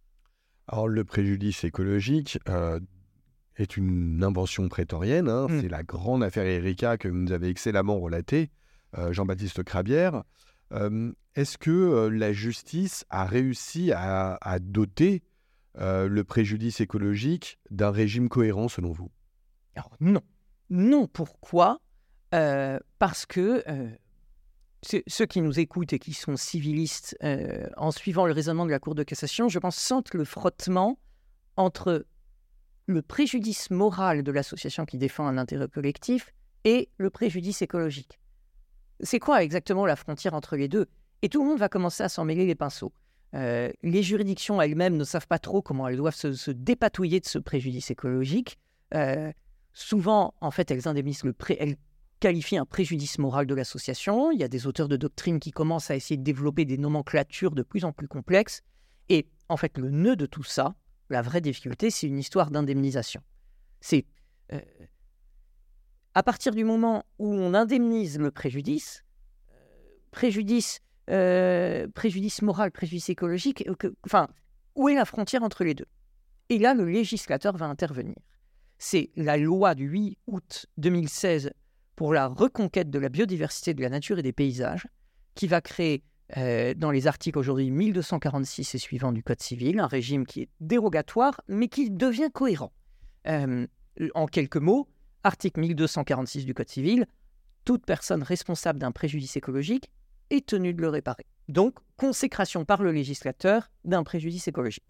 Alors le préjudice écologique euh, est une invention prétorienne, hein, mmh. C'est la grande affaire Erika que vous nous avez excellemment relatée, euh, Jean-Baptiste Crabière. Euh, est-ce que euh, la justice a réussi à, à doter euh, le préjudice écologique d'un régime cohérent selon vous? Alors non. Non, pourquoi ? euh, Parce que euh, ceux qui nous écoutent et qui sont civilistes, euh, en suivant le raisonnement de la Cour de cassation, je pense, sentent le frottement entre le préjudice moral de l'association qui défend un intérêt collectif et le préjudice écologique. C'est quoi exactement la frontière entre les deux ? Et tout le monde va commencer à s'en mêler les pinceaux. Euh, les juridictions elles-mêmes ne savent pas trop comment elles doivent se, se dépatouiller de ce préjudice écologique. Euh, souvent, en fait, elles indemnisent le pré... elles qualifient un préjudice moral de l'association. Il y a des auteurs de doctrine qui commencent à essayer de développer des nomenclatures de plus en plus complexes. Et en fait, le nœud de tout ça, la vraie difficulté, c'est une histoire d'indemnisation. C'est euh, à partir du moment où on indemnise le préjudice, euh, préjudice, euh, préjudice moral, préjudice écologique, euh, que, enfin, où est la frontière entre les deux ? Et là, le législateur va intervenir. C'est la loi du huit août deux mille seize pour la reconquête de la biodiversité, de la nature et des paysages, qui va créer, euh, dans les articles aujourd'hui mille deux cent quarante-six et suivants du Code civil, un régime qui est dérogatoire, mais qui devient cohérent. Euh, en quelques mots, article mille deux cent quarante-six du Code civil, toute personne responsable d'un préjudice écologique est tenue de le réparer. Donc, consécration par le législateur d'un préjudice écologique.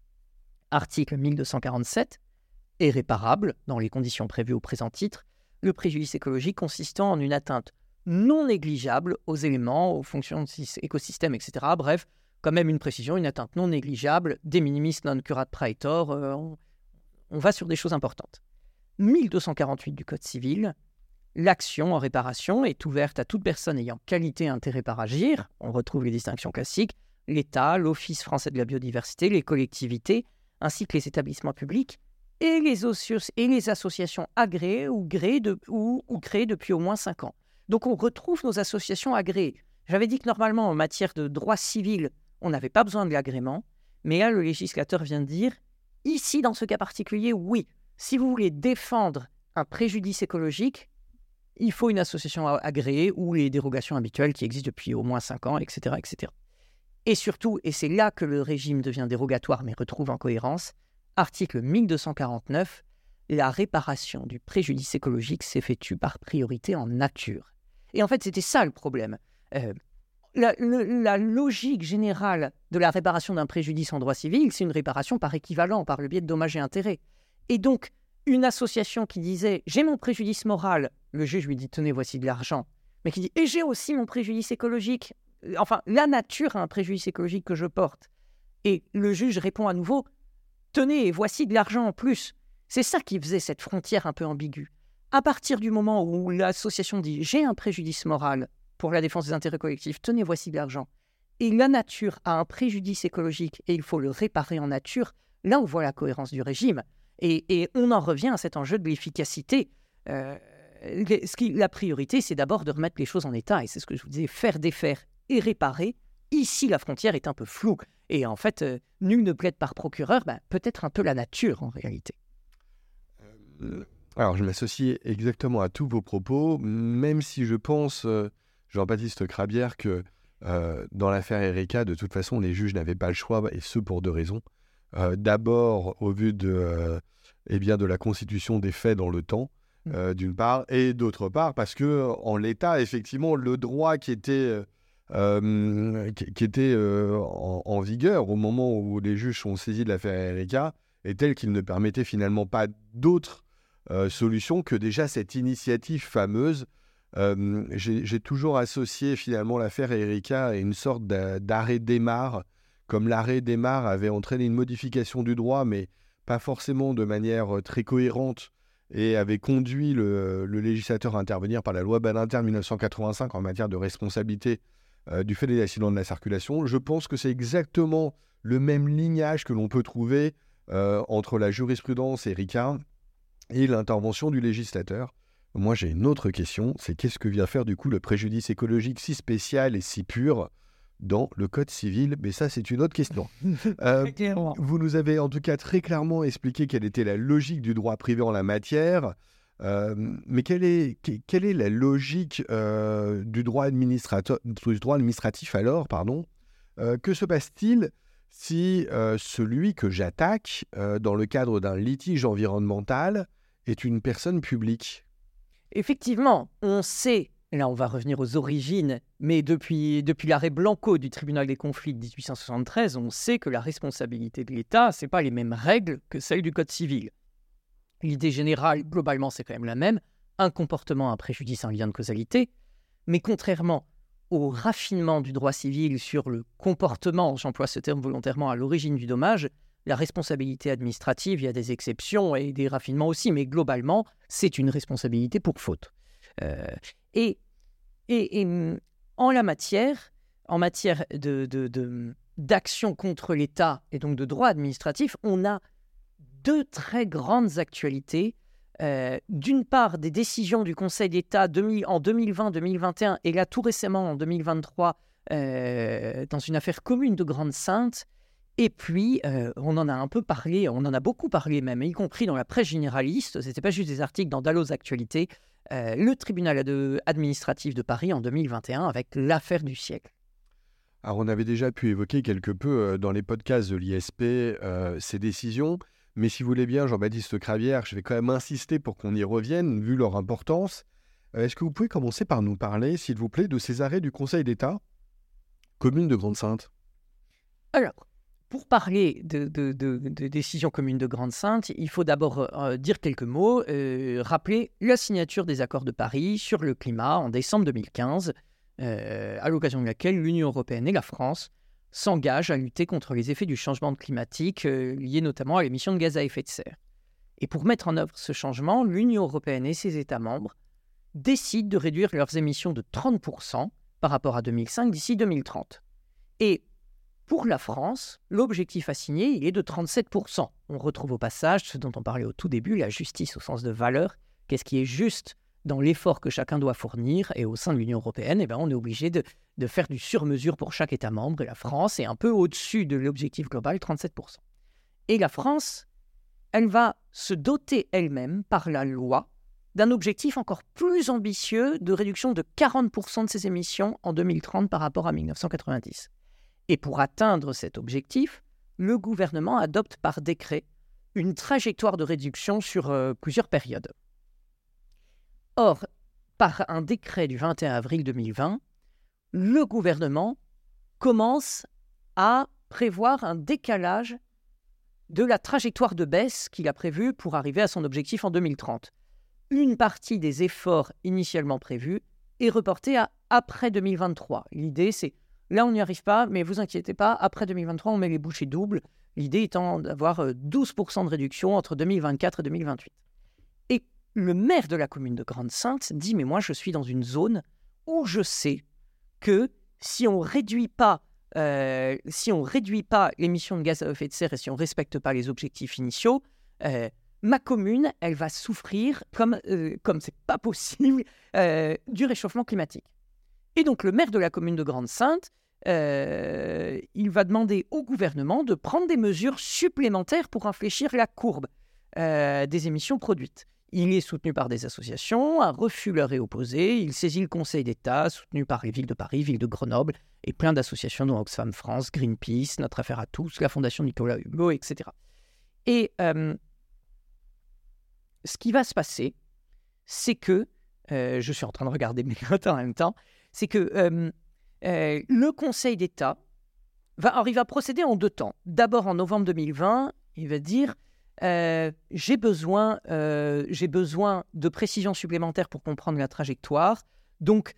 Article mille deux cent quarante-sept, est réparable, dans les conditions prévues au présent titre, le préjudice écologique consistant en une atteinte non négligeable aux éléments, aux fonctions de l'écosystème, et cetera. Bref, quand même une précision, une atteinte non négligeable, de minimis non curat praetor, euh, on, on va sur des choses importantes. mille deux cent quarante-huit du Code civil, l'action en réparation est ouverte à toute personne ayant qualité et intérêt par agir, on retrouve les distinctions classiques, l'État, l'Office français de la biodiversité, les collectivités, ainsi que les établissements publics, et les, ocios, et les associations agréées ou, de, ou, ou créées depuis au moins cinq ans. Donc on retrouve nos associations agréées. J'avais dit que normalement, en matière de droit civil, on n'avait pas besoin de l'agrément, mais là, le législateur vient de dire, ici, dans ce cas particulier, oui, si vous voulez défendre un préjudice écologique, il faut une association agréée ou les dérogations habituelles qui existent depuis au moins cinq ans, et cetera, et cetera. Et surtout, et c'est là que le régime devient dérogatoire mais retrouve en cohérence, article mille deux cent quarante-neuf, la réparation du préjudice écologique s'effectue par priorité en nature. Et en fait, c'était ça le problème. Euh, la, le, la logique générale de la réparation d'un préjudice en droit civil, c'est une réparation par équivalent, par le biais de dommages et intérêts. Et donc, une association qui disait « j'ai mon préjudice moral », le juge lui dit « tenez, voici de l'argent », mais qui dit « et j'ai aussi mon préjudice écologique ». Enfin, la nature a un préjudice écologique que je porte. Et le juge répond à nouveau « tenez, voici de l'argent en plus ». C'est ça qui faisait cette frontière un peu ambiguë. À partir du moment où l'association dit « j'ai un préjudice moral pour la défense des intérêts collectifs, tenez, voici de l'argent », et la nature a un préjudice écologique et il faut le réparer en nature, là on voit la cohérence du régime. Et, et on en revient à cet enjeu de l'efficacité. Euh, ce qui, la priorité, c'est d'abord de remettre les choses en état. Et c'est ce que je vous disais, faire, défaire et réparer. Ici, la frontière est un peu floue. Et en fait, euh, nul ne plaide par procureur, ben, peut-être un peu la nature en réalité. Euh, alors, je m'associe exactement à tous vos propos, même si je pense, euh, Jean-Baptiste Crabière, que euh, dans l'affaire Erika, de toute façon, les juges n'avaient pas le choix, et ce pour deux raisons. Euh, d'abord, au vu de, euh, eh bien, de la constitution des faits dans le temps, euh, d'une part, et d'autre part, parce que en l'état, effectivement, le droit qui était... Euh, qui, qui était euh, en, en vigueur au moment où les juges sont saisis de l'affaire Erika est tel qu'il ne permettait finalement pas d'autre euh, solution que déjà cette initiative fameuse. Euh, j'ai, j'ai toujours associé finalement l'affaire Erika à une sorte d'arrêt démarre, comme l'arrêt démarre avait entraîné une modification du droit, mais pas forcément de manière très cohérente, et avait conduit le, le législateur à intervenir par la loi Badinter mille neuf cent quatre-vingt-cinq en matière de responsabilité Euh, du fait des accidents de la circulation. Je pense que c'est exactement le même lignage que l'on peut trouver euh, entre la jurisprudence Erika et l'intervention du législateur. Moi, j'ai une autre question, c'est qu'est-ce que vient faire du coup le préjudice écologique si spécial et si pur dans le Code civil? Mais ça, c'est une autre question. Euh, vous nous avez en tout cas très clairement expliqué quelle était la logique du droit privé en la matière. Euh, mais quelle est, quelle est la logique euh, du, droit du droit administratif alors pardon euh, Que se passe-t-il si euh, celui que j'attaque euh, dans le cadre d'un litige environnemental est une personne publique? Effectivement, on sait, et là on va revenir aux origines, mais depuis, depuis l'arrêt Blanco du tribunal des conflits de dix-huit cent soixante-treize, on sait que la responsabilité de l'État, ce n'est pas les mêmes règles que celles du Code civil. L'idée générale, globalement, c'est quand même la même. Un comportement, un préjudice, un lien de causalité. Mais contrairement au raffinement du droit civil sur le comportement, j'emploie ce terme volontairement, à l'origine du dommage, la responsabilité administrative, il y a des exceptions et des raffinements aussi, mais globalement, c'est une responsabilité pour faute. Euh, et, et, et en la matière, en matière de, de, de, d'action contre l'État et donc de droit administratif, on a deux très grandes actualités. Euh, d'une part, des décisions du Conseil d'État en deux mille vingt deux mille vingt et un, et là tout récemment en deux mille vingt-trois, euh, dans une affaire commune de Grande-Synthe. Et puis, euh, on en a un peu parlé, on en a beaucoup parlé même, y compris dans la presse généraliste, ce n'était pas juste des articles dans Dalloz Actualité, euh, le tribunal administratif de Paris en deux mille vingt et un avec l'affaire du siècle. Alors, on avait déjà pu évoquer quelque peu euh, dans les podcasts de l'I S P euh, ces décisions. Mais si vous voulez bien, Jean-Baptiste Crabière, je vais quand même insister pour qu'on y revienne, vu leur importance. Euh, est-ce que vous pouvez commencer par nous parler, s'il vous plaît, de ces arrêts du Conseil d'État, commune de Grande-Synthe? Alors, pour parler de, de, de, de décision commune de Grande-Synthe, il faut d'abord euh, dire quelques mots, euh, rappeler la signature des accords de Paris sur le climat en décembre deux mille quinze, euh, à l'occasion de laquelle l'Union européenne et la France s'engagent à lutter contre les effets du changement climatique euh, liés notamment à l'émission de gaz à effet de serre. Et pour mettre en œuvre ce changement, l'Union européenne et ses États membres décident de réduire leurs émissions de trente pour cent par rapport à deux mille cinq d'ici deux mille trente. Et pour la France, l'objectif assigné, il est de trente-sept pour cent. On retrouve au passage ce dont on parlait au tout début, la justice au sens de valeur. Qu'est-ce qui est juste dans l'effort que chacun doit fournir? Et au sein de l'Union européenne, eh ben, on est obligé de, de faire du sur-mesure pour chaque État membre. Et la France est un peu au-dessus de l'objectif global, trente-sept pour cent. Et la France, elle va se doter elle-même, par la loi, d'un objectif encore plus ambitieux de réduction de quarante pour cent de ses émissions en deux mille trente par rapport à mille neuf cent quatre-vingt-dix. Et pour atteindre cet objectif, le gouvernement adopte par décret une trajectoire de réduction sur euh, plusieurs périodes. Or, par un décret du vingt et un avril deux mille vingt, le gouvernement commence à prévoir un décalage de la trajectoire de baisse qu'il a prévue pour arriver à son objectif en deux mille trente. Une partie des efforts initialement prévus est reportée à après deux mille vingt-trois. L'idée, c'est, là on n'y arrive pas, mais vous inquiétez pas, après deux mille vingt-trois, on met les bouchées doubles. L'idée étant d'avoir douze pour cent de réduction entre deux mille vingt-quatre et deux mille vingt-huit. Et le maire de la commune de Grande-Synthe dit « Mais moi, je suis dans une zone où je sais que si on réduit pas, euh, si on réduit pas l'émission de gaz à effet de serre et si on ne respecte pas les objectifs initiaux, euh, ma commune, elle va souffrir, comme euh, comme c'est pas possible, euh, du réchauffement climatique. Et donc, le maire de la commune de Grande-Synthe, euh, il va demander au gouvernement de prendre des mesures supplémentaires pour infléchir la courbe euh, des émissions produites. Il est soutenu par des associations, un refus leur est opposé, il saisit le Conseil d'État, soutenu par les villes de Paris, ville de Grenoble, et plein d'associations dont Oxfam France, Greenpeace, Notre Affaire à tous, la Fondation Nicolas Hulot, et cetera. Et euh, ce qui va se passer, c'est que, euh, je suis en train de regarder mes notes en même temps, c'est que euh, euh, le Conseil d'État va, alors il va procéder en deux temps. D'abord, en novembre deux mille vingt, il va dire euh, j'ai besoin, euh, j'ai besoin de précisions supplémentaires pour comprendre la trajectoire. Donc,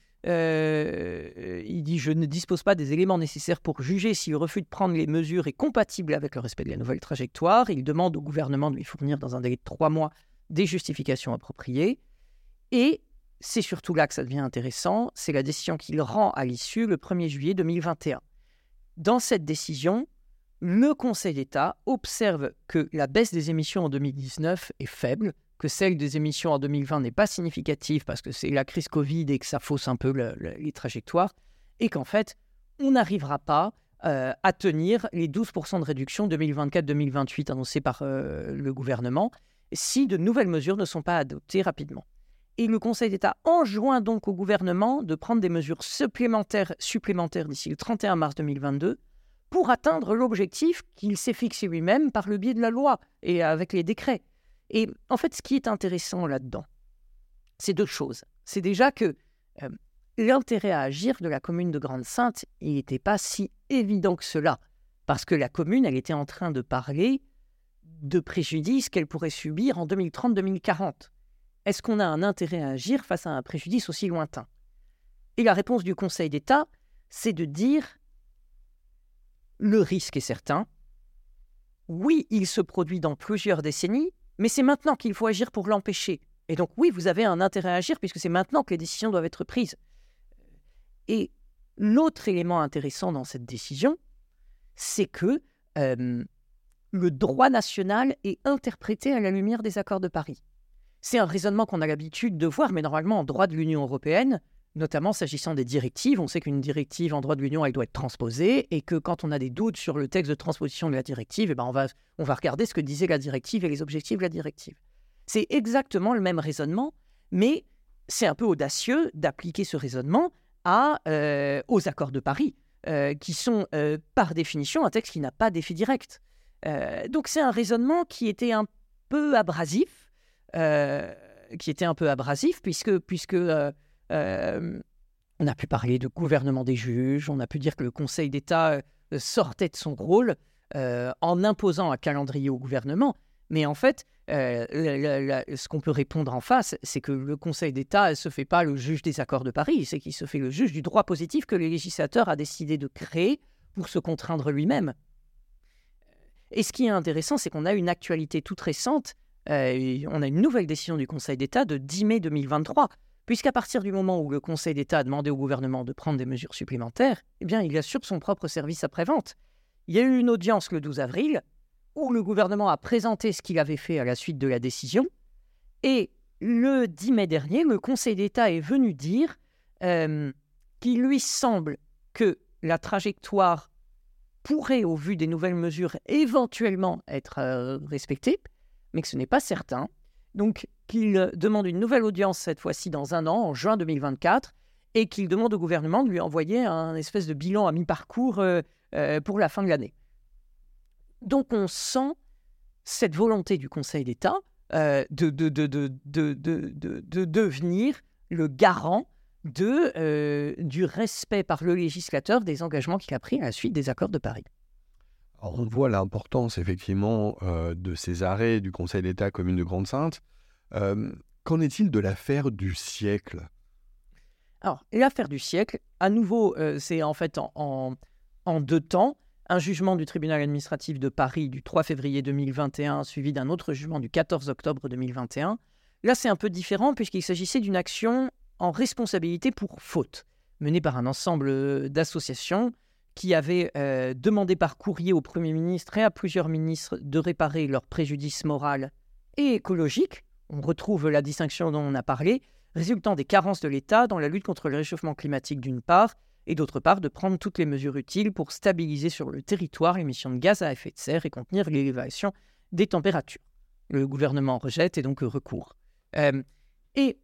euh, il dit je ne dispose pas des éléments nécessaires pour juger si le refus de prendre les mesures est compatible avec le respect de la nouvelle trajectoire. Il demande au gouvernement de lui fournir dans un délai de trois mois des justifications appropriées. Et c'est surtout là que ça devient intéressant, c'est la décision qu'il rend à l'issue le premier juillet deux mille vingt et un. Dans cette décision, le Conseil d'État observe que la baisse des émissions en deux mille dix-neuf est faible, que celle des émissions en deux mille vingt n'est pas significative parce que c'est la crise Covid et que ça fausse un peu le, le, les trajectoires, et qu'en fait, on n'arrivera pas euh, à tenir les douze pour cent de réduction deux mille vingt-quatre deux mille vingt-huit annoncés par euh, le gouvernement si de nouvelles mesures ne sont pas adoptées rapidement. Et le Conseil d'État enjoint donc au gouvernement de prendre des mesures supplémentaires, supplémentaires d'ici le trente et un mars deux mille vingt-deux pour atteindre l'objectif qu'il s'est fixé lui-même par le biais de la loi et avec les décrets. Et en fait, ce qui est intéressant là-dedans, c'est deux choses. C'est déjà que euh, l'intérêt à agir de la commune de Grande-Synthe, il n'était pas si évident que cela, parce que la commune, elle était en train de parler de préjudice qu'elle pourrait subir en deux mille trente deux mille quarante. Est-ce qu'on a un intérêt à agir face à un préjudice aussi lointain ? Et la réponse du Conseil d'État, c'est de dire le risque est certain. Oui, il se produit dans plusieurs décennies, mais c'est maintenant qu'il faut agir pour l'empêcher. Et donc oui, vous avez un intérêt à agir puisque c'est maintenant que les décisions doivent être prises. Et l'autre élément intéressant dans cette décision, c'est que euh, le droit national est interprété à la lumière des accords de Paris. C'est un raisonnement qu'on a l'habitude de voir, mais normalement en droit de l'Union européenne, notamment s'agissant des directives, on sait qu'une directive en droit de l'Union, elle doit être transposée, et que quand on a des doutes sur le texte de transposition de la directive, eh ben on va, on va regarder ce que disait la directive et les objectifs de la directive. C'est exactement le même raisonnement, mais c'est un peu audacieux d'appliquer ce raisonnement à, euh, aux accords de Paris, euh, qui sont euh, par définition un texte qui n'a pas d'effet direct. Euh, donc c'est un raisonnement qui était un peu abrasif, Euh, qui était un peu abrasif, puisque, puisque euh, euh, on a pu parler de gouvernement des juges, on a pu dire que le Conseil d'État euh, sortait de son rôle euh, en imposant un calendrier au gouvernement. Mais en fait, euh, la, la, la, ce qu'on peut répondre en face, c'est que le Conseil d'État ne se fait pas le juge des accords de Paris, c'est qu'il se fait le juge du droit positif que le législateur a décidé de créer pour se contraindre lui-même. Et ce qui est intéressant, c'est qu'on a une actualité toute récente. Euh, on a une nouvelle décision du Conseil d'État de dix mai deux mille vingt-trois, puisqu'à partir du moment où le Conseil d'État a demandé au gouvernement de prendre des mesures supplémentaires, eh bien, il assure son propre service après-vente. Il y a eu une audience le douze avril, où le gouvernement a présenté ce qu'il avait fait à la suite de la décision, et le dix mai dernier, le Conseil d'État est venu dire euh, qu'il lui semble que la trajectoire pourrait, au vu des nouvelles mesures, éventuellement être euh, respectée, mais que ce n'est pas certain. Donc, qu'il demande une nouvelle audience, cette fois-ci dans un an, en juin deux mille vingt-quatre, et qu'il demande au gouvernement de lui envoyer un espèce de bilan à mi-parcours euh, euh, pour la fin de l'année. Donc, on sent cette volonté du Conseil d'État euh, de, de, de, de, de, de, de, de devenir le garant de, euh, du respect par le législateur des engagements qu'il a pris à la suite des accords de Paris. Alors, on voit l'importance, effectivement, euh, de ces arrêts du Conseil d'État commune de Grande-Synthe. Euh, qu'en est-il de l'affaire du siècle ? Alors, l'affaire du siècle, à nouveau, euh, c'est en fait en, en, en deux temps. Un jugement du tribunal administratif de Paris du trois février deux mille vingt et un, suivi d'un autre jugement du quatorze octobre deux mille vingt et un. Là, c'est un peu différent puisqu'il s'agissait d'une action en responsabilité pour faute, menée par un ensemble d'associations qui avaient euh, demandé par courrier au Premier ministre et à plusieurs ministres de réparer leur préjudice moral et écologique, on retrouve la distinction dont on a parlé, résultant des carences de l'État dans la lutte contre le réchauffement climatique d'une part, et d'autre part de prendre toutes les mesures utiles pour stabiliser sur le territoire l'émission de gaz à effet de serre et contenir l'élévation des températures. Le gouvernement rejette et donc recourt. Euh, et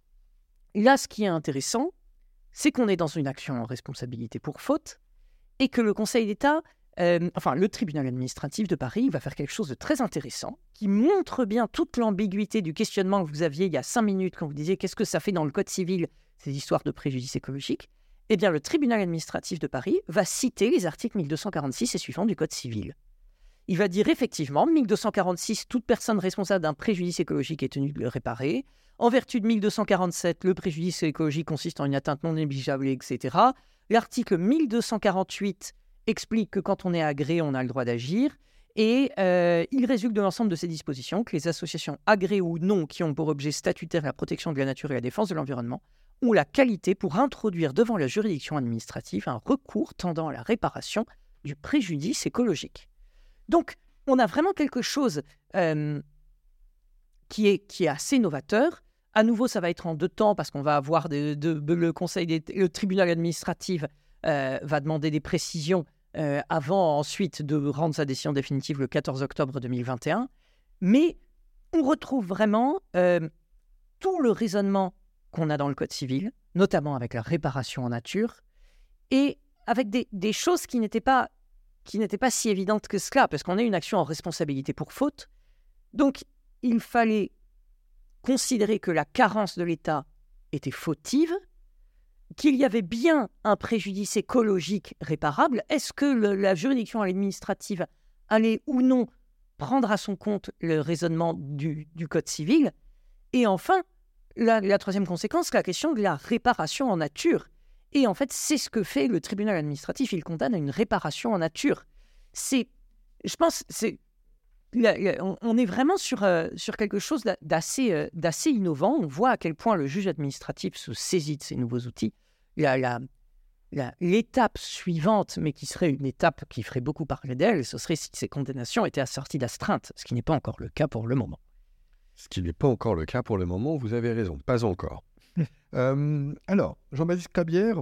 là, ce qui est intéressant, c'est qu'on est dans une action en responsabilité pour faute et que le Conseil d'État, euh, enfin le tribunal administratif de Paris, va faire quelque chose de très intéressant qui montre bien toute l'ambiguïté du questionnement que vous aviez il y a cinq minutes quand vous disiez qu'est-ce que ça fait dans le Code civil, ces histoires de préjudice écologique. Eh bien, le tribunal administratif de Paris va citer les articles mille deux cent quarante-six et suivants du Code civil. Il va dire effectivement, mille deux cent quarante-six, toute personne responsable d'un préjudice écologique est tenue de le réparer. En vertu de mille deux cent quarante-sept, le préjudice écologique consiste en une atteinte non négligeable, et cetera. L'article mille deux cent quarante-huit explique que quand on est agréé, on a le droit d'agir. Et euh, il résulte de l'ensemble de ces dispositions que les associations agréées ou non qui ont pour objet statutaire la protection de la nature et la défense de l'environnement ont la qualité pour introduire devant la juridiction administrative un recours tendant à la réparation du préjudice écologique. Donc, on a vraiment quelque chose euh, qui, est, qui est assez novateur. À nouveau, ça va être en deux temps parce qu'on va avoir de, de, de, le conseil, des, le tribunal administratif euh, va demander des précisions euh, avant ensuite de rendre sa décision définitive le quatorze octobre deux mille vingt et un. Mais on retrouve vraiment euh, tout le raisonnement qu'on a dans le Code civil, notamment avec la réparation en nature, et avec des, des choses qui n'étaient pas, qui n'étaient pas si évidentes que cela, parce qu'on a une action en responsabilité pour faute. Donc, il fallait considérer que la carence de l'État était fautive, qu'il y avait bien un préjudice écologique réparable. Est-ce que le, la juridiction administrative allait ou non prendre à son compte le raisonnement du, du Code civil? Et enfin, La, la troisième conséquence, la question de la réparation en nature. Et en fait, c'est ce que fait le tribunal administratif. Il condamne à une réparation en nature. C'est, je pense, c'est, là, là, on, on est vraiment sur, euh, sur quelque chose d'assez, euh, d'assez innovant. On voit à quel point le juge administratif se saisit de ces nouveaux outils. La, la, la, l'étape suivante, mais qui serait une étape qui ferait beaucoup parler d'elle, ce serait si ces condamnations étaient assorties d'astreinte, ce qui n'est pas encore le cas pour le moment. Ce qui n'est pas encore le cas pour le moment, vous avez raison, pas encore. euh, alors, Jean-Baptiste Cabière,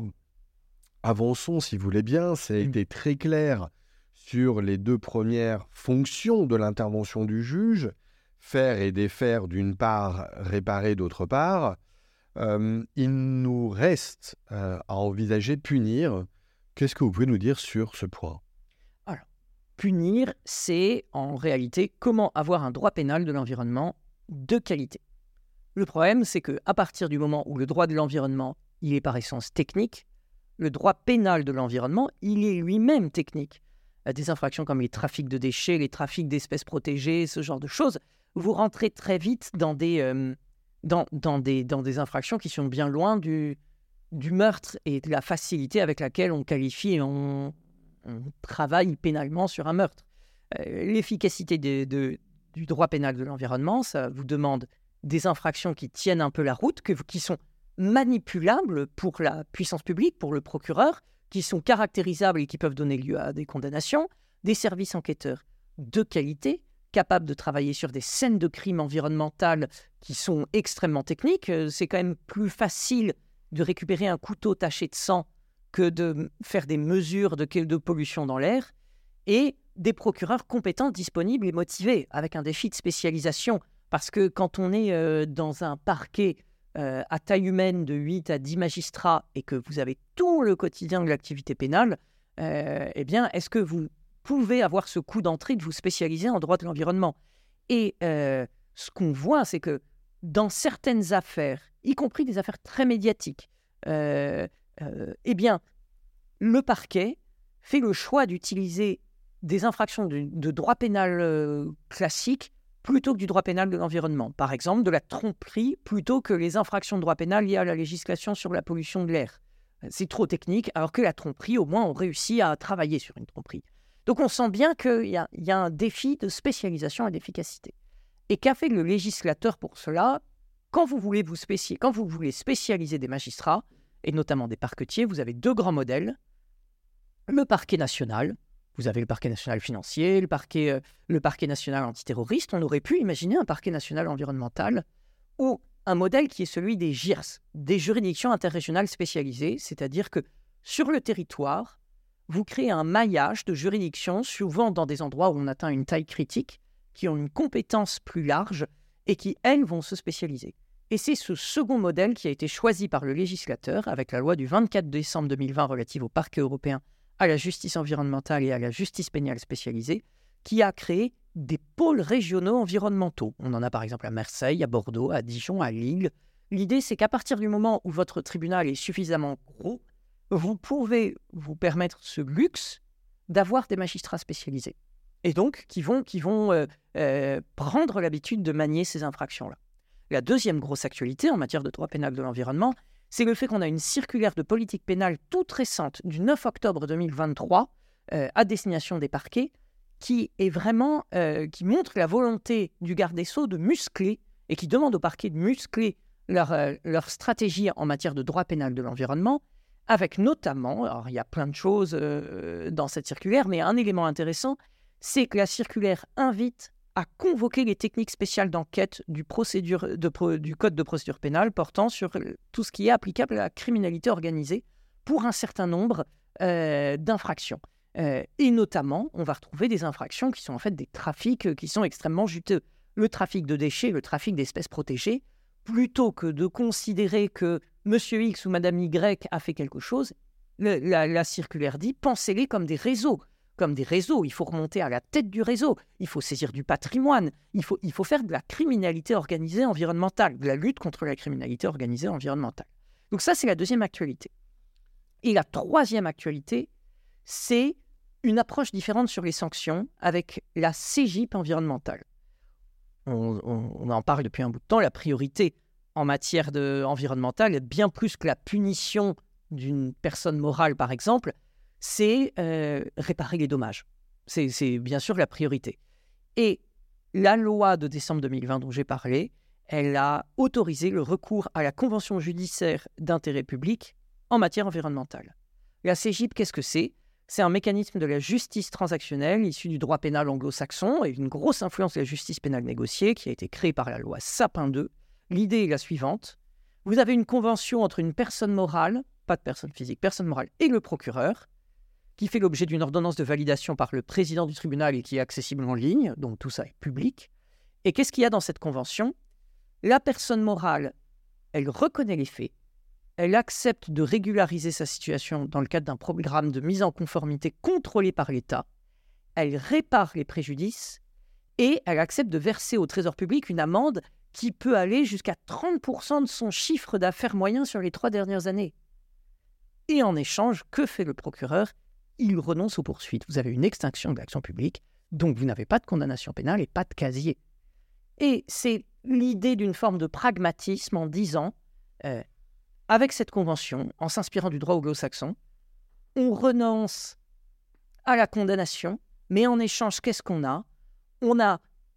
avançons si vous voulez bien, ça a été très clair sur les deux premières fonctions de l'intervention du juge, faire et défaire d'une part, réparer d'autre part. Euh, il nous reste euh, à envisager punir. Qu'est-ce que vous pouvez nous dire sur ce point ? Alors, punir, c'est en réalité comment avoir un droit pénal de l'environnement de qualité. Le problème, c'est qu'à partir du moment où le droit de l'environnement, il est par essence technique, le droit pénal de l'environnement, il est lui-même technique. Des infractions comme les trafics de déchets, les trafics d'espèces protégées, ce genre de choses, vous rentrez très vite dans des, euh, dans, dans des, dans des infractions qui sont bien loin du, du meurtre et de la facilité avec laquelle on qualifie et on, on travaille pénalement sur un meurtre. Euh, l'efficacité de, de du droit pénal de l'environnement, ça vous demande des infractions qui tiennent un peu la route, que, qui sont manipulables pour la puissance publique, pour le procureur, qui sont caractérisables et qui peuvent donner lieu à des condamnations, des services enquêteurs de qualité, capables de travailler sur des scènes de crimes environnementales qui sont extrêmement techniques. C'est quand même plus facile de récupérer un couteau taché de sang que de faire des mesures de, de pollution dans l'air, et des procureurs compétents, disponibles et motivés, avec un défi de spécialisation. Parce que quand on est euh, dans un parquet euh, à taille humaine de huit à dix magistrats et que vous avez tout le quotidien de l'activité pénale, euh, eh bien, est-ce que vous pouvez avoir ce coup d'entrée de vous spécialiser en droit de l'environnement ? Et euh, ce qu'on voit, c'est que dans certaines affaires, y compris des affaires très médiatiques, euh, euh, eh bien, le parquet fait le choix d'utiliser des infractions de, de droit pénal euh, classique plutôt que du droit pénal de l'environnement. Par exemple, de la tromperie plutôt que les infractions de droit pénal liées à la législation sur la pollution de l'air. C'est trop technique, alors que la tromperie, au moins, on réussit à travailler sur une tromperie. Donc on sent bien qu'il y a, il y a un défi de spécialisation et d'efficacité. Et qu'a fait le législateur pour cela ? Quand vous voulez vous spécialiser, quand vous voulez spécialiser des magistrats, et notamment des parquetiers, vous avez deux grands modèles. Le parquet national, Vous avez le parquet national financier, le parquet, euh, le parquet national antiterroriste. On aurait pu imaginer un parquet national environnemental ou un modèle qui est celui des J I R S, des juridictions interrégionales spécialisées, c'est-à-dire que sur le territoire, vous créez un maillage de juridictions, souvent dans des endroits où on atteint une taille critique, qui ont une compétence plus large et qui, elles, vont se spécialiser. Et c'est ce second modèle qui a été choisi par le législateur avec la loi du vingt-quatre décembre deux mille vingt relative au parquet européen, à la justice environnementale et à la justice pénale spécialisée, qui a créé des pôles régionaux environnementaux. On en a par exemple à Marseille, à Bordeaux, à Dijon, à Lille. L'idée, c'est qu'à partir du moment où votre tribunal est suffisamment gros, vous pouvez vous permettre ce luxe d'avoir des magistrats spécialisés. Et donc, qui vont, qui vont euh, euh, prendre l'habitude de manier ces infractions-là. La deuxième grosse actualité en matière de droit pénal de l'environnement, c'est le fait qu'on a une circulaire de politique pénale toute récente du neuf octobre deux mille vingt-trois euh, à destination des parquets, qui est vraiment, euh, qui montre la volonté du garde des Sceaux de muscler et qui demande aux parquets de muscler leur, euh, leur stratégie en matière de droit pénal de l'environnement, avec notamment, alors il y a plein de choses euh, dans cette circulaire, mais un élément intéressant, c'est que la circulaire invite à convoquer les techniques spéciales d'enquête du, procédure, de, pro, du Code de procédure pénale portant sur tout ce qui est applicable à la criminalité organisée pour un certain nombre euh, d'infractions. Euh, et notamment, on va retrouver des infractions qui sont en fait des trafics qui sont extrêmement juteux. Le trafic de déchets, le trafic d'espèces protégées, plutôt que de considérer que Monsieur X ou Madame Y a fait quelque chose, le, la, la circulaire dit, pensez-les comme des réseaux. Comme des réseaux, il faut remonter à la tête du réseau, il faut saisir du patrimoine, il faut, il faut faire de la criminalité organisée environnementale, de la lutte contre la criminalité organisée environnementale. Donc ça, c'est la deuxième actualité. Et la troisième actualité, c'est une approche différente sur les sanctions avec la C J I P environnementale. On, on, on en parle depuis un bout de temps, la priorité en matière de, environnementale, bien plus que la punition d'une personne morale, par exemple, c'est euh, réparer les dommages. C'est, c'est bien sûr la priorité. Et la loi de décembre deux mille vingt dont j'ai parlé, elle a autorisé le recours à la convention judiciaire d'intérêt public en matière environnementale. La C J I P, qu'est-ce que c'est ? C'est un mécanisme de la justice transactionnelle issu du droit pénal anglo-saxon et une grosse influence de la justice pénale négociée qui a été créée par la loi Sapin deux. L'idée est la suivante. Vous avez une convention entre une personne morale, pas de personne physique, personne morale, et le procureur, qui fait l'objet d'une ordonnance de validation par le président du tribunal et qui est accessible en ligne, donc tout ça est public. Et qu'est-ce qu'il y a dans cette convention ? La personne morale, elle reconnaît les faits, elle accepte de régulariser sa situation dans le cadre d'un programme de mise en conformité contrôlé par l'État, elle répare les préjudices et elle accepte de verser au Trésor public une amende qui peut aller jusqu'à trente pour cent de son chiffre d'affaires moyen sur les trois dernières années. Et en échange, que fait le procureur ? Il renonce aux poursuites. Vous avez une extinction de l'action publique, donc vous n'avez pas de condamnation pénale et pas de casier. Et c'est l'idée d'une forme de pragmatisme en disant, euh, avec cette convention, en s'inspirant du droit anglo-saxon, on renonce à la condamnation, mais en échange, qu'est-ce qu'on a ? On a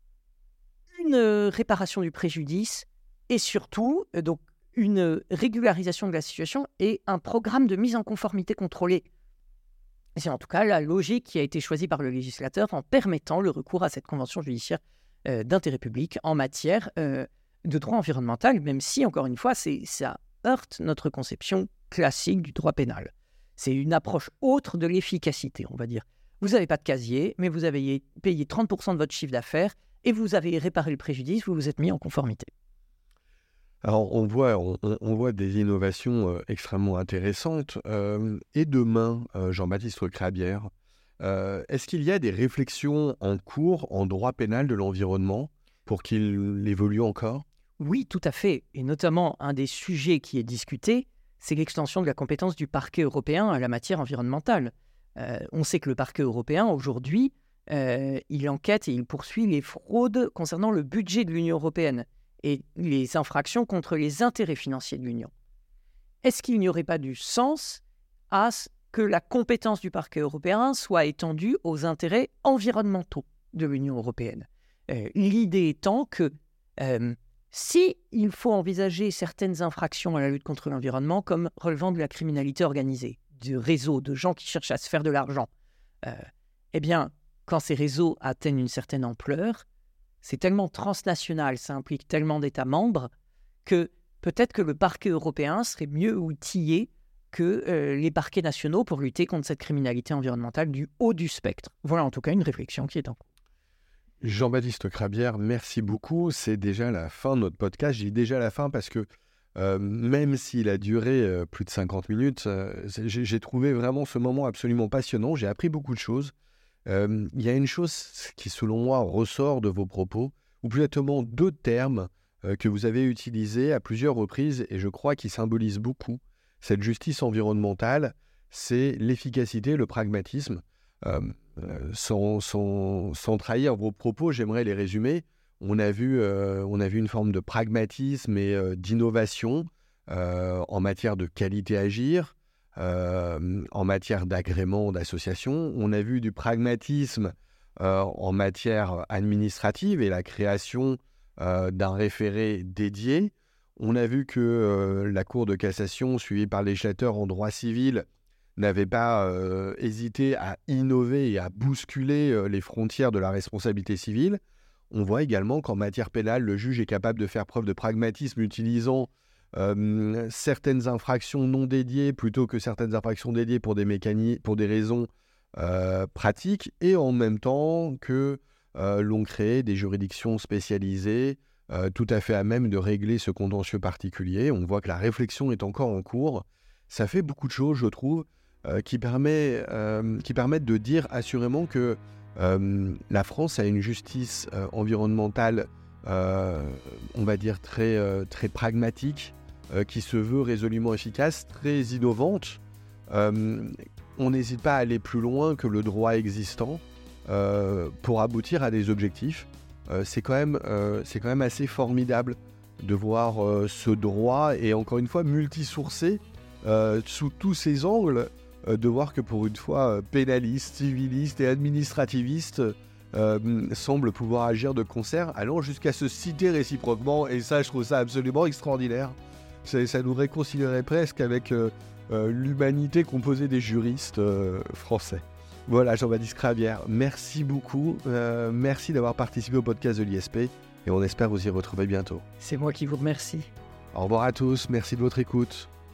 une réparation du préjudice et surtout euh, donc une régularisation de la situation et un programme de mise en conformité contrôlée. C'est en tout cas la logique qui a été choisie par le législateur en permettant le recours à cette convention judiciaire euh, d'intérêt public en matière euh, de droit environnemental, même si, encore une fois, c'est, ça heurte notre conception classique du droit pénal. C'est une approche autre de l'efficacité, on va dire. Vous n'avez pas de casier, mais vous avez payé trente pour cent de votre chiffre d'affaires et vous avez réparé le préjudice, vous vous êtes mis en conformité. Alors, on voit, on, on voit des innovations euh, extrêmement intéressantes. Euh, et demain, euh, Jean-Baptiste Crabière, euh, est-ce qu'il y a des réflexions en cours en droit pénal de l'environnement pour qu'il évolue encore ? Oui, tout à fait. Et notamment, un des sujets qui est discuté, c'est l'extension de la compétence du parquet européen à la matière environnementale. Euh, on sait que le parquet européen, aujourd'hui, euh, il enquête et il poursuit les fraudes concernant le budget de l'Union européenne et les infractions contre les intérêts financiers de l'Union. Est-ce qu'il n'y aurait pas du sens à ce que la compétence du parquet européen soit étendue aux intérêts environnementaux de l'Union européenne ? euh, L'idée étant que euh, si il faut envisager certaines infractions à la lutte contre l'environnement comme relevant de la criminalité organisée, du réseau de gens qui cherchent à se faire de l'argent, euh, Eh bien, quand ces réseaux atteignent une certaine ampleur, c'est tellement transnational, ça implique tellement d'États membres, que peut-être que le parquet européen serait mieux outillé que euh, les parquets nationaux pour lutter contre cette criminalité environnementale du haut du spectre. Voilà en tout cas une réflexion qui est en cours. Jean-Baptiste Crabière, merci beaucoup. C'est déjà la fin de notre podcast. J'ai déjà la fin parce que euh, même s'il a duré euh, plus de cinquante minutes, euh, j'ai, j'ai trouvé vraiment ce moment absolument passionnant. J'ai appris beaucoup de choses. Euh, il y a une chose qui, selon moi, ressort de vos propos, ou plus exactement deux termes euh, que vous avez utilisés à plusieurs reprises et je crois qu'ils symbolisent beaucoup cette justice environnementale, c'est l'efficacité, le pragmatisme. Euh, euh, sans, sans, sans trahir vos propos, j'aimerais les résumer. On a vu, euh, on a vu une forme de pragmatisme et euh, d'innovation euh, en matière de qualité à agir, euh, en matière d'agrément d'association. On a vu du pragmatisme euh, en matière administrative et la création euh, d'un référé dédié. On a vu que euh, la Cour de cassation, suivie par le législateur en droit civil, n'avait pas euh, hésité à innover et à bousculer euh, les frontières de la responsabilité civile. On voit également qu'en matière pénale, le juge est capable de faire preuve de pragmatisme utilisant euh, certaines infractions non dédiées plutôt que certaines infractions dédiées pour des, mécani- pour des raisons euh, pratiques, et en même temps que euh, l'on crée des juridictions spécialisées euh, tout à fait à même de régler ce contentieux particulier. On voit que la réflexion est encore en cours. Ça fait beaucoup de choses, je trouve, euh, qui, permet, euh, qui permettent de dire assurément que euh, la France a une justice euh, environnementale, euh, on va dire, très, euh, très pragmatique, euh, qui se veut résolument efficace, très innovante. Euh, on n'hésite pas à aller plus loin que le droit existant euh, pour aboutir à des objectifs. Euh, c'est, quand même, euh, c'est quand même assez formidable de voir euh, ce droit, et encore une fois multisourcé, euh, sous tous ses angles, euh, de voir que pour une fois, euh, pénalistes, civilistes et administrativistes euh, semblent pouvoir agir de concert, allant jusqu'à se citer réciproquement, et ça, je trouve ça absolument extraordinaire. Ça, ça nous réconcilierait presque avec euh, euh, l'humanité composée des juristes euh, français. Voilà, Jean-Baptiste Crabière, merci beaucoup. Euh, merci d'avoir participé au podcast de l'I S P et on espère vous y retrouver bientôt. C'est moi qui vous remercie. Au revoir à tous, merci de votre écoute.